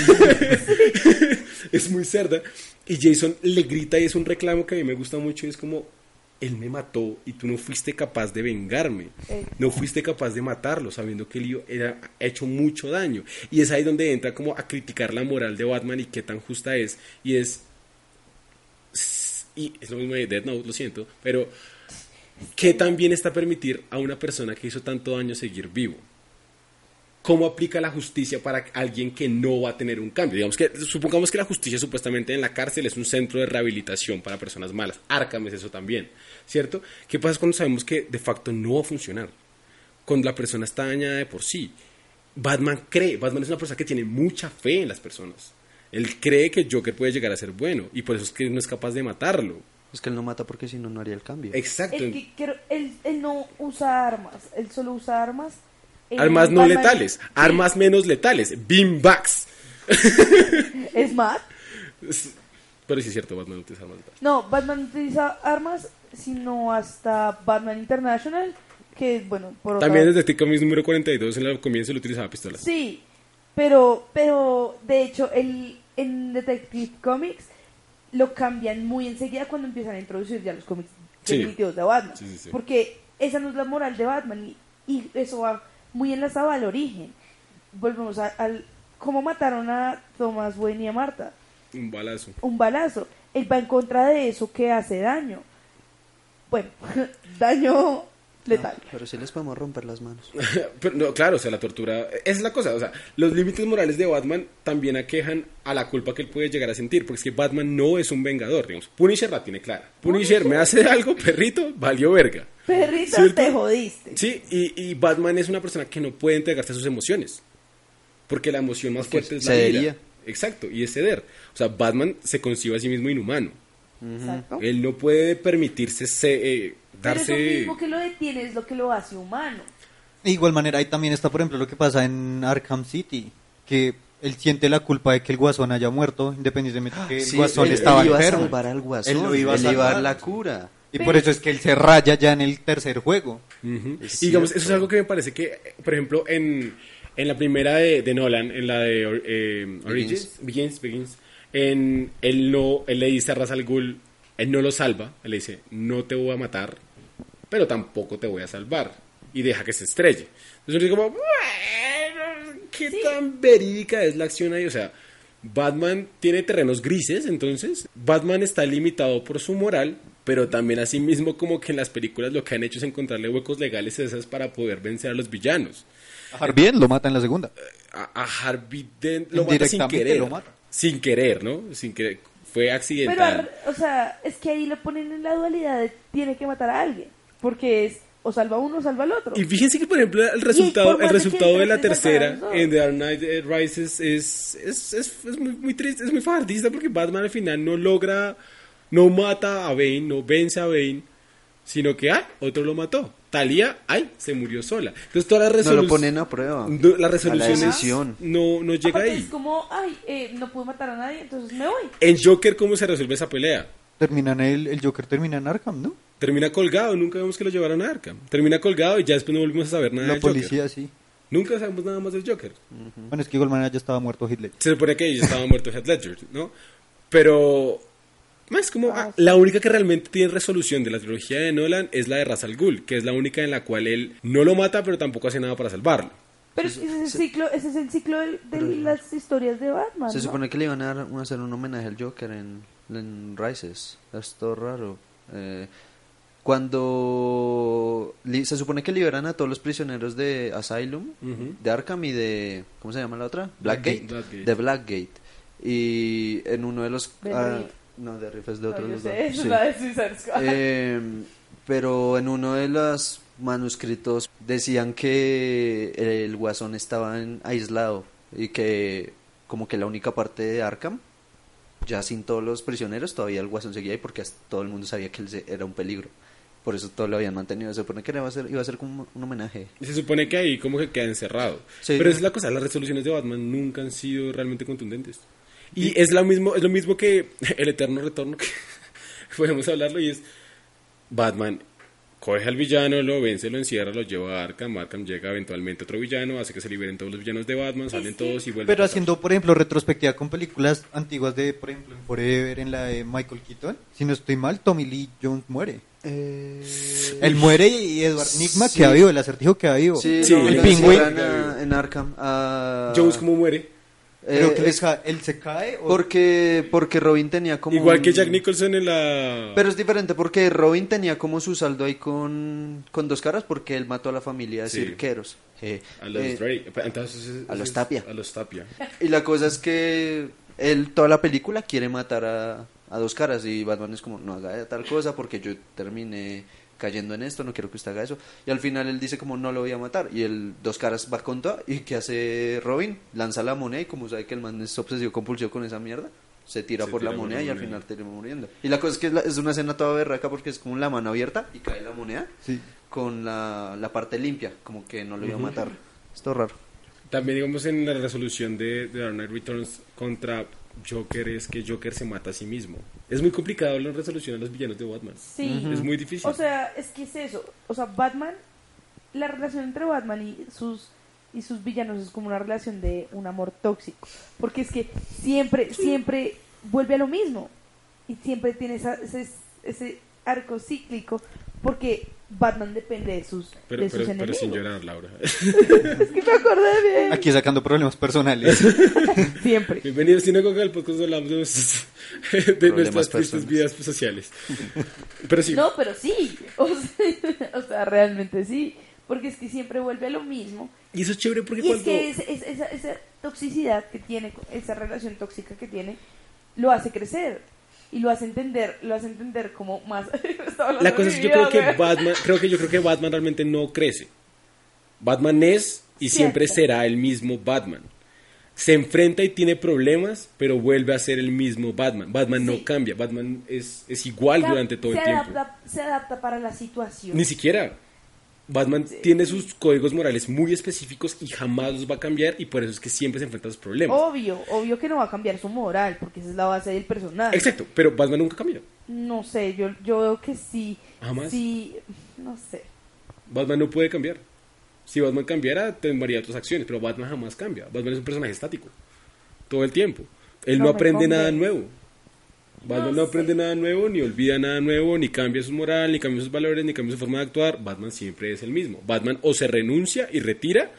Es muy cerda. Y Jason le grita y es un reclamo que a mí me gusta mucho. Y es como, él me mató y tú no fuiste capaz de vengarme. Eh. No fuiste capaz de matarlo, sabiendo que él era ha hecho mucho daño. Y es ahí donde entra como a criticar la moral de Batman y qué tan justa es. Y es... Y es lo mismo de Death Note, lo siento. Pero, ¿qué tan bien está permitir a una persona que hizo tanto daño seguir vivo? ¿Cómo aplica la justicia para alguien que no va a tener un cambio? Digamos que, supongamos que la justicia supuestamente en la cárcel es un centro de rehabilitación para personas malas. Arkham es eso también, ¿cierto? ¿Qué pasa cuando sabemos que de facto no va a funcionar? Cuando la persona está dañada de por sí. Batman cree, Batman es una persona que tiene mucha fe en las personas. Él cree que Joker puede llegar a ser bueno y por eso es que no es capaz de matarlo. Es que él no mata porque si no, no haría el cambio. Exacto. El que quiero- él, él no usa armas, él solo usa armas. en Armas no Batman- letales, Sí. armas menos letales, beanbags. Es más, Pero sí es cierto, Batman no utiliza armas letales. no, Batman no utiliza armas, sino hasta Batman International, que bueno, por otra- También desde T-Comics número cuarenta y dos en el comienzo él utilizaba pistolas. Sí, pero, pero de hecho el, en Detective Comics lo cambian muy enseguida cuando empiezan a introducir ya los cómics Sí. definitivos de Batman. Sí, sí, sí. Porque esa no es la moral de Batman y, y eso va muy enlazado al origen. Volvemos a- al cómo mataron a Thomas Wayne y a Marta. Un balazo. Un balazo. Él va en contra de eso que hace daño. Bueno, daño letal. Pero sí les podemos romper las manos. Pero, no, claro, o sea, la tortura, esa es la cosa, o sea, los límites morales de Batman también aquejan a la culpa que él puede llegar a sentir, porque es que Batman no es un vengador, digamos, Punisher la tiene clara, Punisher me hace algo, perrito, valió verga, Perrito, ¿cierto? te jodiste. sí, y, y Batman es una persona que no puede entregarse a sus emociones, porque la emoción más Porque fuerte es la cedería. ira, exacto, y es ceder, o sea, Batman se concibe a sí mismo inhumano, Exacto. él no puede permitirse se- eh, Pero darse... eso mismo que lo detiene es lo que lo hace humano. De igual manera, ahí también está, por ejemplo, lo que pasa en Arkham City, que él siente la culpa de que el Guasón haya muerto, independientemente de que el Sí, Guasón él, estaba él iba enfermo. a salvar al guasón. Él lo iba a él iba a dar salvar. la cura. Y por eso es que él se raya ya en el tercer juego. Ujú. Es Y digamos, cierto. eso es algo que me parece que, por ejemplo, en, en la primera de, de Nolan, en la de eh, Origins, Begins, Begins, en, él, no, él le dice a Ra's al Ghul, él no lo salva, él le dice, no te voy a matar, pero tampoco te voy a salvar, y deja que se estrelle. Entonces uno dice como, bueno, ¿qué tan verídica es la acción ahí? O sea, Batman tiene terrenos grises, entonces Batman está limitado por su moral, pero también asimismo como que en las películas lo que han hecho es encontrarle huecos legales a esas para poder vencer a los villanos. A Harvey lo mata en la segunda. A, a Harvey Dent lo mata sin Indirectamente querer. lo mata. Sin querer, ¿no? Sin querer. fue Pero, accidental. ar- o sea, es que ahí lo ponen en la dualidad de tiene que matar a alguien. Porque es o salva a uno o salva al otro. Y fíjense que, por ejemplo, el resultado, por el más de resultado que de la intenten tercera salvar a los dos. en The Dark Knight eh, Rises es, es, es, es muy, muy triste, es muy fardista porque Batman al final no logra, no mata a Bane, no vence a Bane, sino que, ay, otro lo mató. Talia, ay, se murió sola. Entonces todas las No resoluciones... lo ponen a prueba. No, la A resolución la es- decisión. no, no llega Aparte ahí. es como, ay, eh, no pude matar a nadie, entonces me voy. En Joker, ¿cómo se resuelve esa pelea? Terminan el, el Joker termina en Arkham, ¿no? Termina colgado, nunca vemos que lo llevaron a Arkham. Termina colgado y ya después no volvimos a saber nada La del Joker. policía, sí. Nunca sabemos nada más del Joker. Bueno, es que de igual manera ya estaba muerto Hitler. Se supone que ya estaba muerto Heath Ledger, ¿no? Pero es como ah, la única que realmente tiene resolución de la trilogía de Nolan es la de Ra's al Ghul, que es la única en la cual él no lo mata, pero tampoco hace nada para salvarlo. Pero ese es el ciclo, ese es el ciclo de, de las historias de Batman. Se ¿no? supone que le iban a, dar- a hacer un homenaje al Joker en, en Rises. Es todo raro. Eh, cuando li- se supone que liberan a todos los prisioneros de Asylum, Ujú. de Arkham y de... ¿Cómo se llama la otra? Blackgate. Blackgate. De Blackgate. Y en uno de los... De ah, Riff. no, de Riff es de No, otro yo lugar. sé, es Sí. la de Suicide Squad. Eh, pero en uno de los manuscritos decían que el Guasón estaba en- aislado y que como que la única parte de Arkham, ya sin todos los prisioneros, todavía el Guasón seguía ahí porque hasta todo el mundo sabía que él se- era un peligro. Por eso todo lo habían mantenido. Se supone que iba a ser, iba a ser como un homenaje. Y se supone que ahí como que queda encerrado. Sí. Pero esa es la cosa, las resoluciones de Batman nunca han sido realmente contundentes. Y es lo mismo, es lo mismo que el eterno retorno, que podemos hablarlo, y es Batman coge al villano, lo vence, lo encierra, lo lleva a Arkham, Arkham llega eventualmente otro villano, hace que se liberen todos los villanos de Batman, salen todos y vuelven Pero a pasar. haciendo, por ejemplo, retrospectiva con películas antiguas de, por ejemplo, en Forever, en la de Michael Keaton, si no estoy mal, Tommy Lee Jones muere. Eh, Él muere y Edward Nigma sí. queda vivo, el acertijo queda vivo. Sí, Sí, no, el lo pingüino. encierran a- en Arkham. a- Jones como muere, Pero Eh, que le es ca- él se cae o... porque, porque Robin tenía como... igual un- que Jack Nicholson en la... Pero es diferente porque Robin tenía como su saldo ahí con, con dos caras porque él mató a la familia de Sí. cirqueros. Eh, a los eh, Drake, entonces, es- a los es- Tapia. A los Tapia. y la cosa es que él toda la película quiere matar a, a dos caras y Batman es como, no haga tal cosa porque yo terminé cayendo en esto, no quiero que usted haga eso. Y al final él dice como, no lo voy a matar. Y el dos caras va con todo. ¿Y qué hace Robin? Lanza la moneda y como sabe que el man es obsesivo compulsivo con esa mierda, se tira Se por tira la por moneda la y al moneda. final termina muriendo. Y la cosa es que es, la- es una escena toda berraca porque es como la mano abierta y cae la moneda Sí. con la, la parte limpia, como que no lo iba a matar. Esto es raro. También digamos en la resolución de, de Dark Knight Returns contra Joker es que Joker se mata a sí mismo. Es muy complicado la resolución a los villanos de Batman. Sí. Es muy difícil. O sea, es que es eso. O sea, Batman, la relación entre Batman y sus y sus villanos es como una relación de un amor tóxico. Porque es que siempre, siempre vuelve a lo mismo. Y siempre tiene esa, ese, ese arco cíclico. Porque Batman depende de sus, pero, de sus pero, pero enemigos. sin llorar, Laura. Es que me acordé bien. Aquí sacando problemas personales. Siempre. Bienvenidos a Sinagoga, el podcast donde hablamos de, nuestros- de Problemas nuestras tristes personales. vidas sociales. Pero sí, No, pero sí. O sea, o sea, realmente sí. Porque es que siempre vuelve a lo mismo. y eso es chévere porque Y es cuando... que es- es- esa, esa toxicidad que tiene, esa relación tóxica que tiene, lo hace crecer. Y lo hace entender, lo hace entender como más... Estaba hablando La de cosa mi es que yo vida, creo que güey. Batman, creo que yo creo que Batman realmente no crece. Batman es y siempre Cierto. será el mismo Batman. Se enfrenta y tiene problemas, pero vuelve a ser el mismo Batman. Batman Sí. no cambia, Batman es, es igual durante todo se el tiempo. adapta, se adapta para la situación. Ni siquiera. Batman tiene sus códigos morales muy específicos y jamás los va a cambiar y por eso es que siempre se enfrenta a los problemas. Obvio, obvio que no va a cambiar su moral, porque esa es la base del personaje. Exacto, pero Batman nunca cambia. No sé, yo, yo veo que sí. Jamás. Sí, no sé. Batman no puede cambiar. Si Batman cambiara, tendría otras acciones, pero Batman jamás cambia. Batman es un personaje estático. Todo el tiempo. Él no, No me aprende nada convence. nuevo. Batman no, No aprende sé. nada nuevo, ni olvida nada nuevo, ni cambia su moral, ni cambia sus valores, ni cambia su forma de actuar. Batman siempre es el mismo. Batman o se renuncia y retira,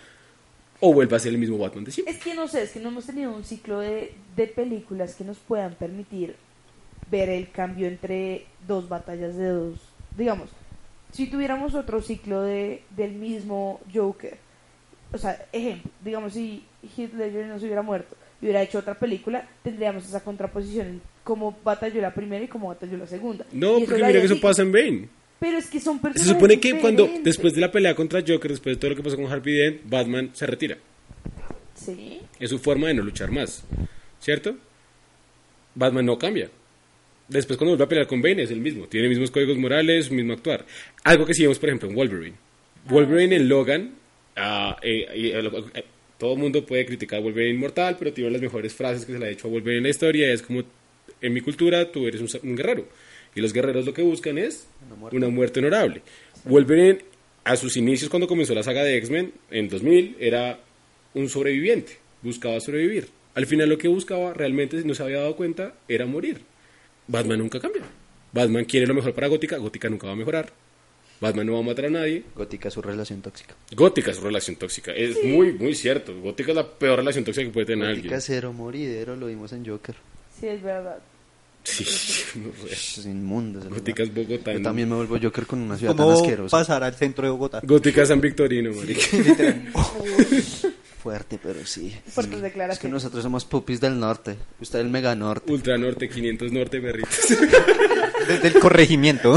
o vuelve a ser el mismo Batman de siempre. Es que no sé, es que no hemos tenido un ciclo de, de películas que nos puedan permitir ver el cambio entre dos batallas de dos. Digamos, si tuviéramos otro ciclo de, del mismo Joker, o sea, ejemplo, digamos, si Heath Ledger no se hubiera muerto, y hubiera hecho otra película, tendríamos esa contraposición en cómo batalló la primera y cómo batalló la segunda. No, Y eso porque lo mira que haría eso así. pasa en Bane. Pero es que son Se personajes supone que cuando, diferentes. después de la pelea contra Joker, después de todo lo que pasó con Harvey Dent, Batman se retira. Sí. Es su forma de no luchar más, ¿cierto? Batman no cambia. Después cuando vuelve a pelear con Bane es el mismo, tiene los mismos códigos morales, su mismo actuar. Algo que sí vemos, por ejemplo, en Wolverine. Wolverine en Logan, ah, eh, eh, eh, eh, todo el mundo puede criticar a Wolverine inmortal, pero tiene las mejores frases que se le ha hecho a Wolverine en la historia. Es como, en mi cultura, tú eres un, sa- un guerrero. Y los guerreros lo que buscan es Una muerte. una muerte honorable. Wolverine, a sus inicios, cuando comenzó la saga de X-Men, en dos mil, era un sobreviviente. Buscaba sobrevivir. Al final lo que buscaba, realmente, si no se había dado cuenta, era morir. Batman nunca cambia. Batman quiere lo mejor para Gótica. Gótica nunca va a mejorar. Batman no va a matar a nadie. Gótica, su relación tóxica. Gótica es su relación tóxica. Es muy, muy cierto. Gótica es la peor relación tóxica que puede tener Gótica alguien. cero moridero, lo vimos en Joker. Sí, es verdad. Sí, no sé. Es inmundo. es Gótica es Bogotá. Yo también me vuelvo Joker con una ciudad tan ¿Cómo asquerosa. pasar al centro de Bogotá? Gótica es San Victorino, marica. Fuerte, pero sí. Fuertes Es que declaraciones. nosotros somos pupis del norte. Usted el mega norte. Ultra Norte, quinientos Norte, perritos. Desde el corregimiento.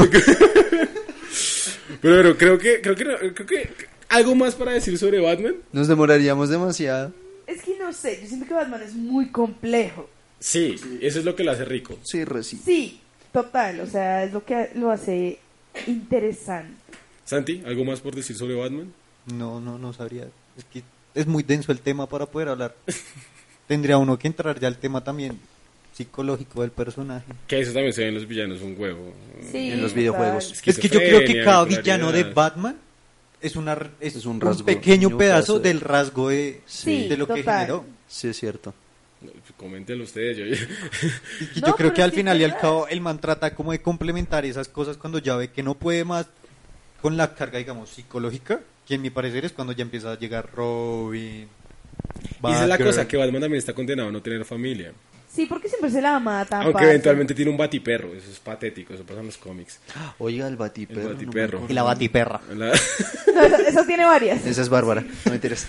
Pero, pero creo que, creo que, no- creo que algo más para decir sobre Batman. Nos demoraríamos demasiado. Es que no sé, yo siento que Batman es muy complejo. Sí, eso es lo que lo hace rico. Sí, reci. Sí, total, o sea, es lo que lo hace interesante. Santi, ¿algo más por decir sobre Batman? No, no, no sabría. Es que es muy denso el tema para poder hablar. Tendría uno que entrar ya al tema también psicológico del personaje. Que eso también se ve en los villanos, un huevo. Sí, En los total. videojuegos. Es que yo creo que Esquizofrenia, cada bipolaridad. villano de Batman es, una, es, Es un un, rasgo, pequeño un pedazo pedazo de- del rasgo de, Sí, de lo que total. generó. Sí, es cierto. No, Coméntenlo ustedes. Yo, Y que No, yo creo pero que al sí, final y al ¿verdad? cabo el man trata como de complementar esas cosas cuando ya ve que no puede más con la carga, digamos, psicológica, que en mi parecer es cuando ya empieza a llegar Robin. y esa es la Batgirl. cosa, que Batman también está condenado a no tener familia. Sí, porque siempre se la matan. Aunque parce. eventualmente tiene un batiperro, eso es patético, eso pasa en los cómics. Oiga, el batiperro. El no me batiperro. acuerdo. Y la batiperra. La- No, esa, esa tiene varias. Esa es Bárbara. No me interesa.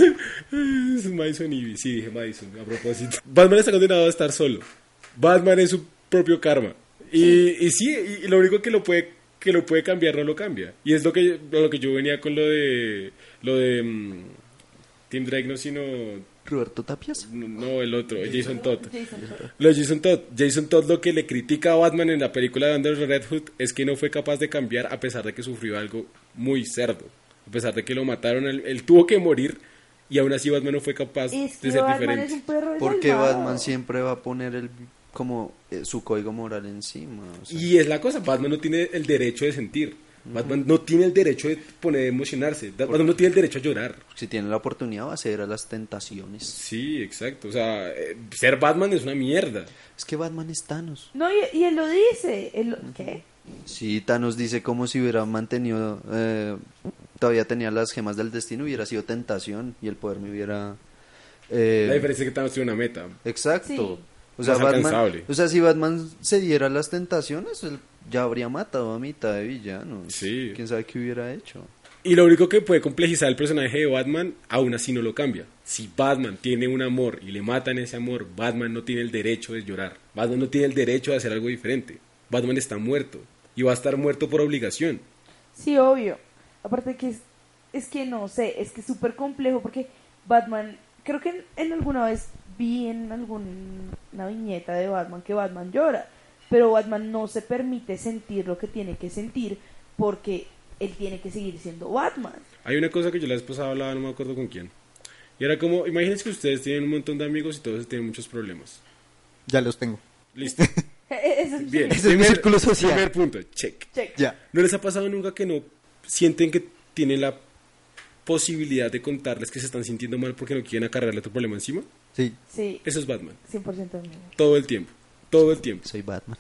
es Madison Ivy, sí, dije Madison, a propósito. Batman está condenado a estar solo. Batman es su propio karma. Y, y sí, y, y lo único que lo puede que lo puede cambiar no lo cambia. Y es lo que lo que yo venía con lo de lo de mm, Tim Drake, no sino Roberto Tapias. no el otro, Jason Todd. Jason Todd. Lo de Jason Todd. Jason Todd lo que le critica a Batman en la película de Under the Red Hood es que no fue capaz de cambiar a pesar de que sufrió algo muy cerdo. A pesar de que lo mataron, él, él tuvo que morir y aún así Batman no fue capaz Es de que ser Batman diferente. es un perro Porque desalmado. Batman siempre va a poner el como eh, su código moral encima. O sea, Y es la cosa, Batman no tiene el derecho de sentir. Batman no tiene el derecho de poner emocionarse. Batman no tiene el derecho a llorar. si tiene la oportunidad va a ceder a las tentaciones. Sí, exacto. O sea, eh, ser Batman es una mierda. Es que Batman es Thanos. No, y, y él lo dice. Él lo- ¿Qué? Sí, Thanos dice como si hubiera mantenido, eh, todavía tenía las gemas del destino, hubiera sido tentación y el poder me hubiera... eh, La diferencia es que Thanos tiene una meta. Exacto. Sí. O sea, Más Batman, alcanzable. o sea, si Batman se diera a las tentaciones, él ya habría matado a mitad de villanos. Sí. ¿Quién sabe qué hubiera hecho? Y lo único que puede complejizar el personaje de Batman, aún así no lo cambia. Si Batman tiene un amor y le matan ese amor, Batman no tiene el derecho de llorar. Batman no tiene el derecho de hacer algo diferente. Batman está muerto. Y va a estar muerto por obligación. Sí, obvio. Aparte que es, es que no sé, es que es súper complejo porque Batman, creo que en, en alguna vez vi en alguna viñeta de Batman que Batman llora, pero Batman no se permite sentir lo que tiene que sentir porque él tiene que seguir siendo Batman. Hay una cosa que yo la vez pasada hablaba, no me acuerdo con quién. Y era como, imagínense que ustedes tienen un montón de amigos y todos tienen muchos problemas. Ya los tengo. Listo. E- Ese es Bien. Ese es mi círculo social. Primer punto, check. Check. Ya. ¿No les ha pasado nunca que no sienten que tienen la posibilidad de contarles que se están sintiendo mal porque no quieren acarrearle otro problema encima? Sí. Sí, Eso es Batman. cien por ciento mío. Todo el tiempo. Todo el tiempo. Soy Batman.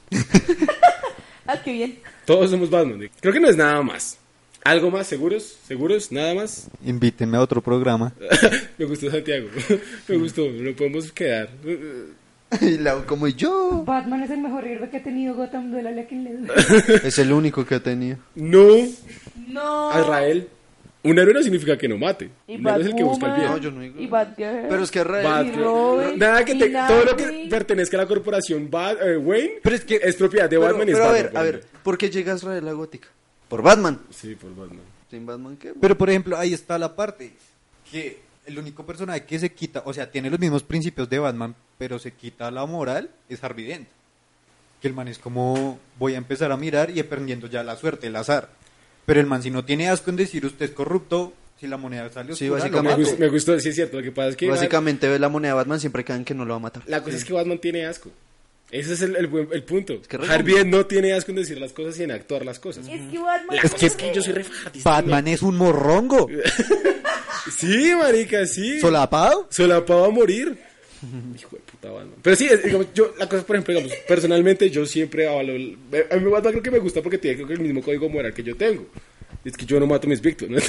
Ah, qué bien. Todos somos Batman. Creo que no es nada más. ¿Algo más? ¿Seguros? ¿Seguros? ¿Nada más? Invítenme a otro programa. Me gustó Santiago. Me gustó. No podemos quedar. Y la- como yo. Batman es el mejor héroe que ha tenido Gotham, duele a quien le duele. Es el único que ha tenido. No. No. A Israel. Un héroe no significa que no mate. Y Un héroe es el que busca el bien. No, yo no digo. Y Batgirl. Pero es que Ra- Bat- y Robin, Nada que y te- todo lo que Nightwing. pertenezca a la corporación Bat- eh, Wayne Pero es que- es propiedad de Pero, Batman y es pero a Batman, ver, por a ver, ejemplo. ¿por qué llega Israel a Gótica? Por Batman. Sí, por Batman. Sin Batman, ¿qué? Pero por ejemplo, ahí está la parte que el único personaje que se quita, o sea, tiene los mismos principios de Batman, pero se quita la moral, es Harvey Dent. Que el man es como, voy a empezar a mirar y aprendiendo ya la suerte, el azar. Pero el man si no tiene asco en decir usted es corrupto, si la moneda sale Sí, oscura, lo básicamente. Me mato. gustó, me gustó, sí es cierto, lo que pasa es que Básicamente ve la moneda de Batman, siempre caen que no lo va a matar. la cosa es que Batman tiene asco. Ese es el, el, buen- el punto. que re- Harvey Dent no tiene asco en decir las cosas y en actuar las cosas. Es que Batman. La cosa es que yo soy re fajatista. Batman es un morrongo, Sí, marica, sí. solapado. Solapado a morir. Hijo de puta Batman. Pero sí, es- digamos, yo, la cosa, por ejemplo, digamos, personalmente yo siempre avalo. el- A mí Batman creo que me gusta porque tiene creo que el mismo código moral que yo tengo. Es que yo no mato a mis víctimas.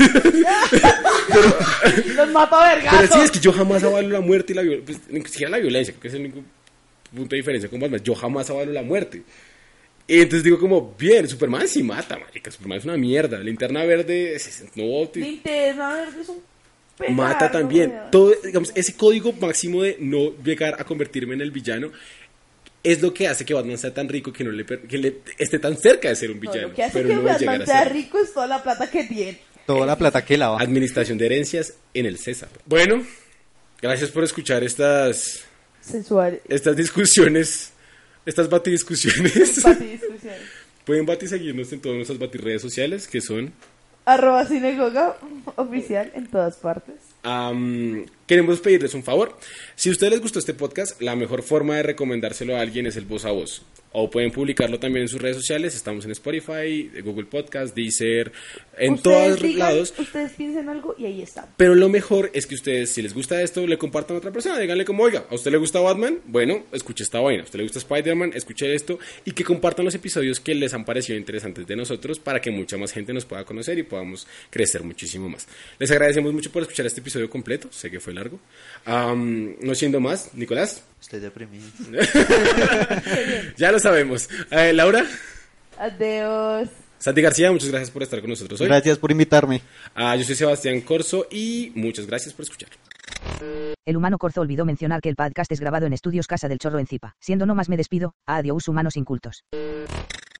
Los mato a Pero vergazos. sí, es que yo jamás avalo la muerte y la violencia. Pues, ni siquiera la violencia, creo que es el único punto de diferencia con Batman. Yo jamás avalo la muerte. Y entonces digo como, bien, Superman sí mata, marica. Superman es una mierda. Linterna Verde, es- es- no, te- Linterna Verde es un petardo, mata también. weón. Todo, digamos, ese código máximo de no llegar a convertirme en el villano es lo que hace que Batman sea tan rico que no le, per- que le esté tan cerca de ser un No, villano. lo que hace pero que no de llegar Batman a sea ser. rico es toda la plata que tiene. Toda la plata que lava. Administración de herencias en el César. Bueno, gracias por escuchar estas, Sensual. estas discusiones, estas batidiscusiones. Batidiscusiones. Pueden batiseguirnos en todas nuestras batiredes sociales, que son... Arroba Sinagoga oficial en todas partes. Am, queremos pedirles un favor. Si a ustedes les gustó este podcast, la mejor forma de recomendárselo a alguien es el voz a voz. O pueden publicarlo también en sus redes sociales. Estamos en Spotify, Google Podcast, Deezer, en Ustedes todos digan, lados. Ustedes piensen algo y ahí está. Pero lo mejor es que ustedes, si les gusta esto, le compartan a otra persona. Díganle como, oiga, ¿a usted le gusta Batman? Bueno, escuche esta vaina. ¿A usted le gusta Spider-Man? Escuche esto. Y que compartan los episodios que les han parecido interesantes de nosotros para que mucha más gente nos pueda conocer y podamos crecer muchísimo más. Les agradecemos mucho por escuchar este episodio completo. Sé que fue largo. Am, no siendo más, Nicolás. Estoy deprimido. Ya lo sabemos. Eh, Laura, Adiós. Santi García, muchas gracias por estar con nosotros hoy. Gracias por invitarme. Ah, yo soy Sebastián Corso y muchas gracias por escuchar. El humano Corzo olvidó mencionar que el podcast es grabado en Estudios Casa del Chorro en Zipa. Siendo no más me despido, adiós humanos incultos.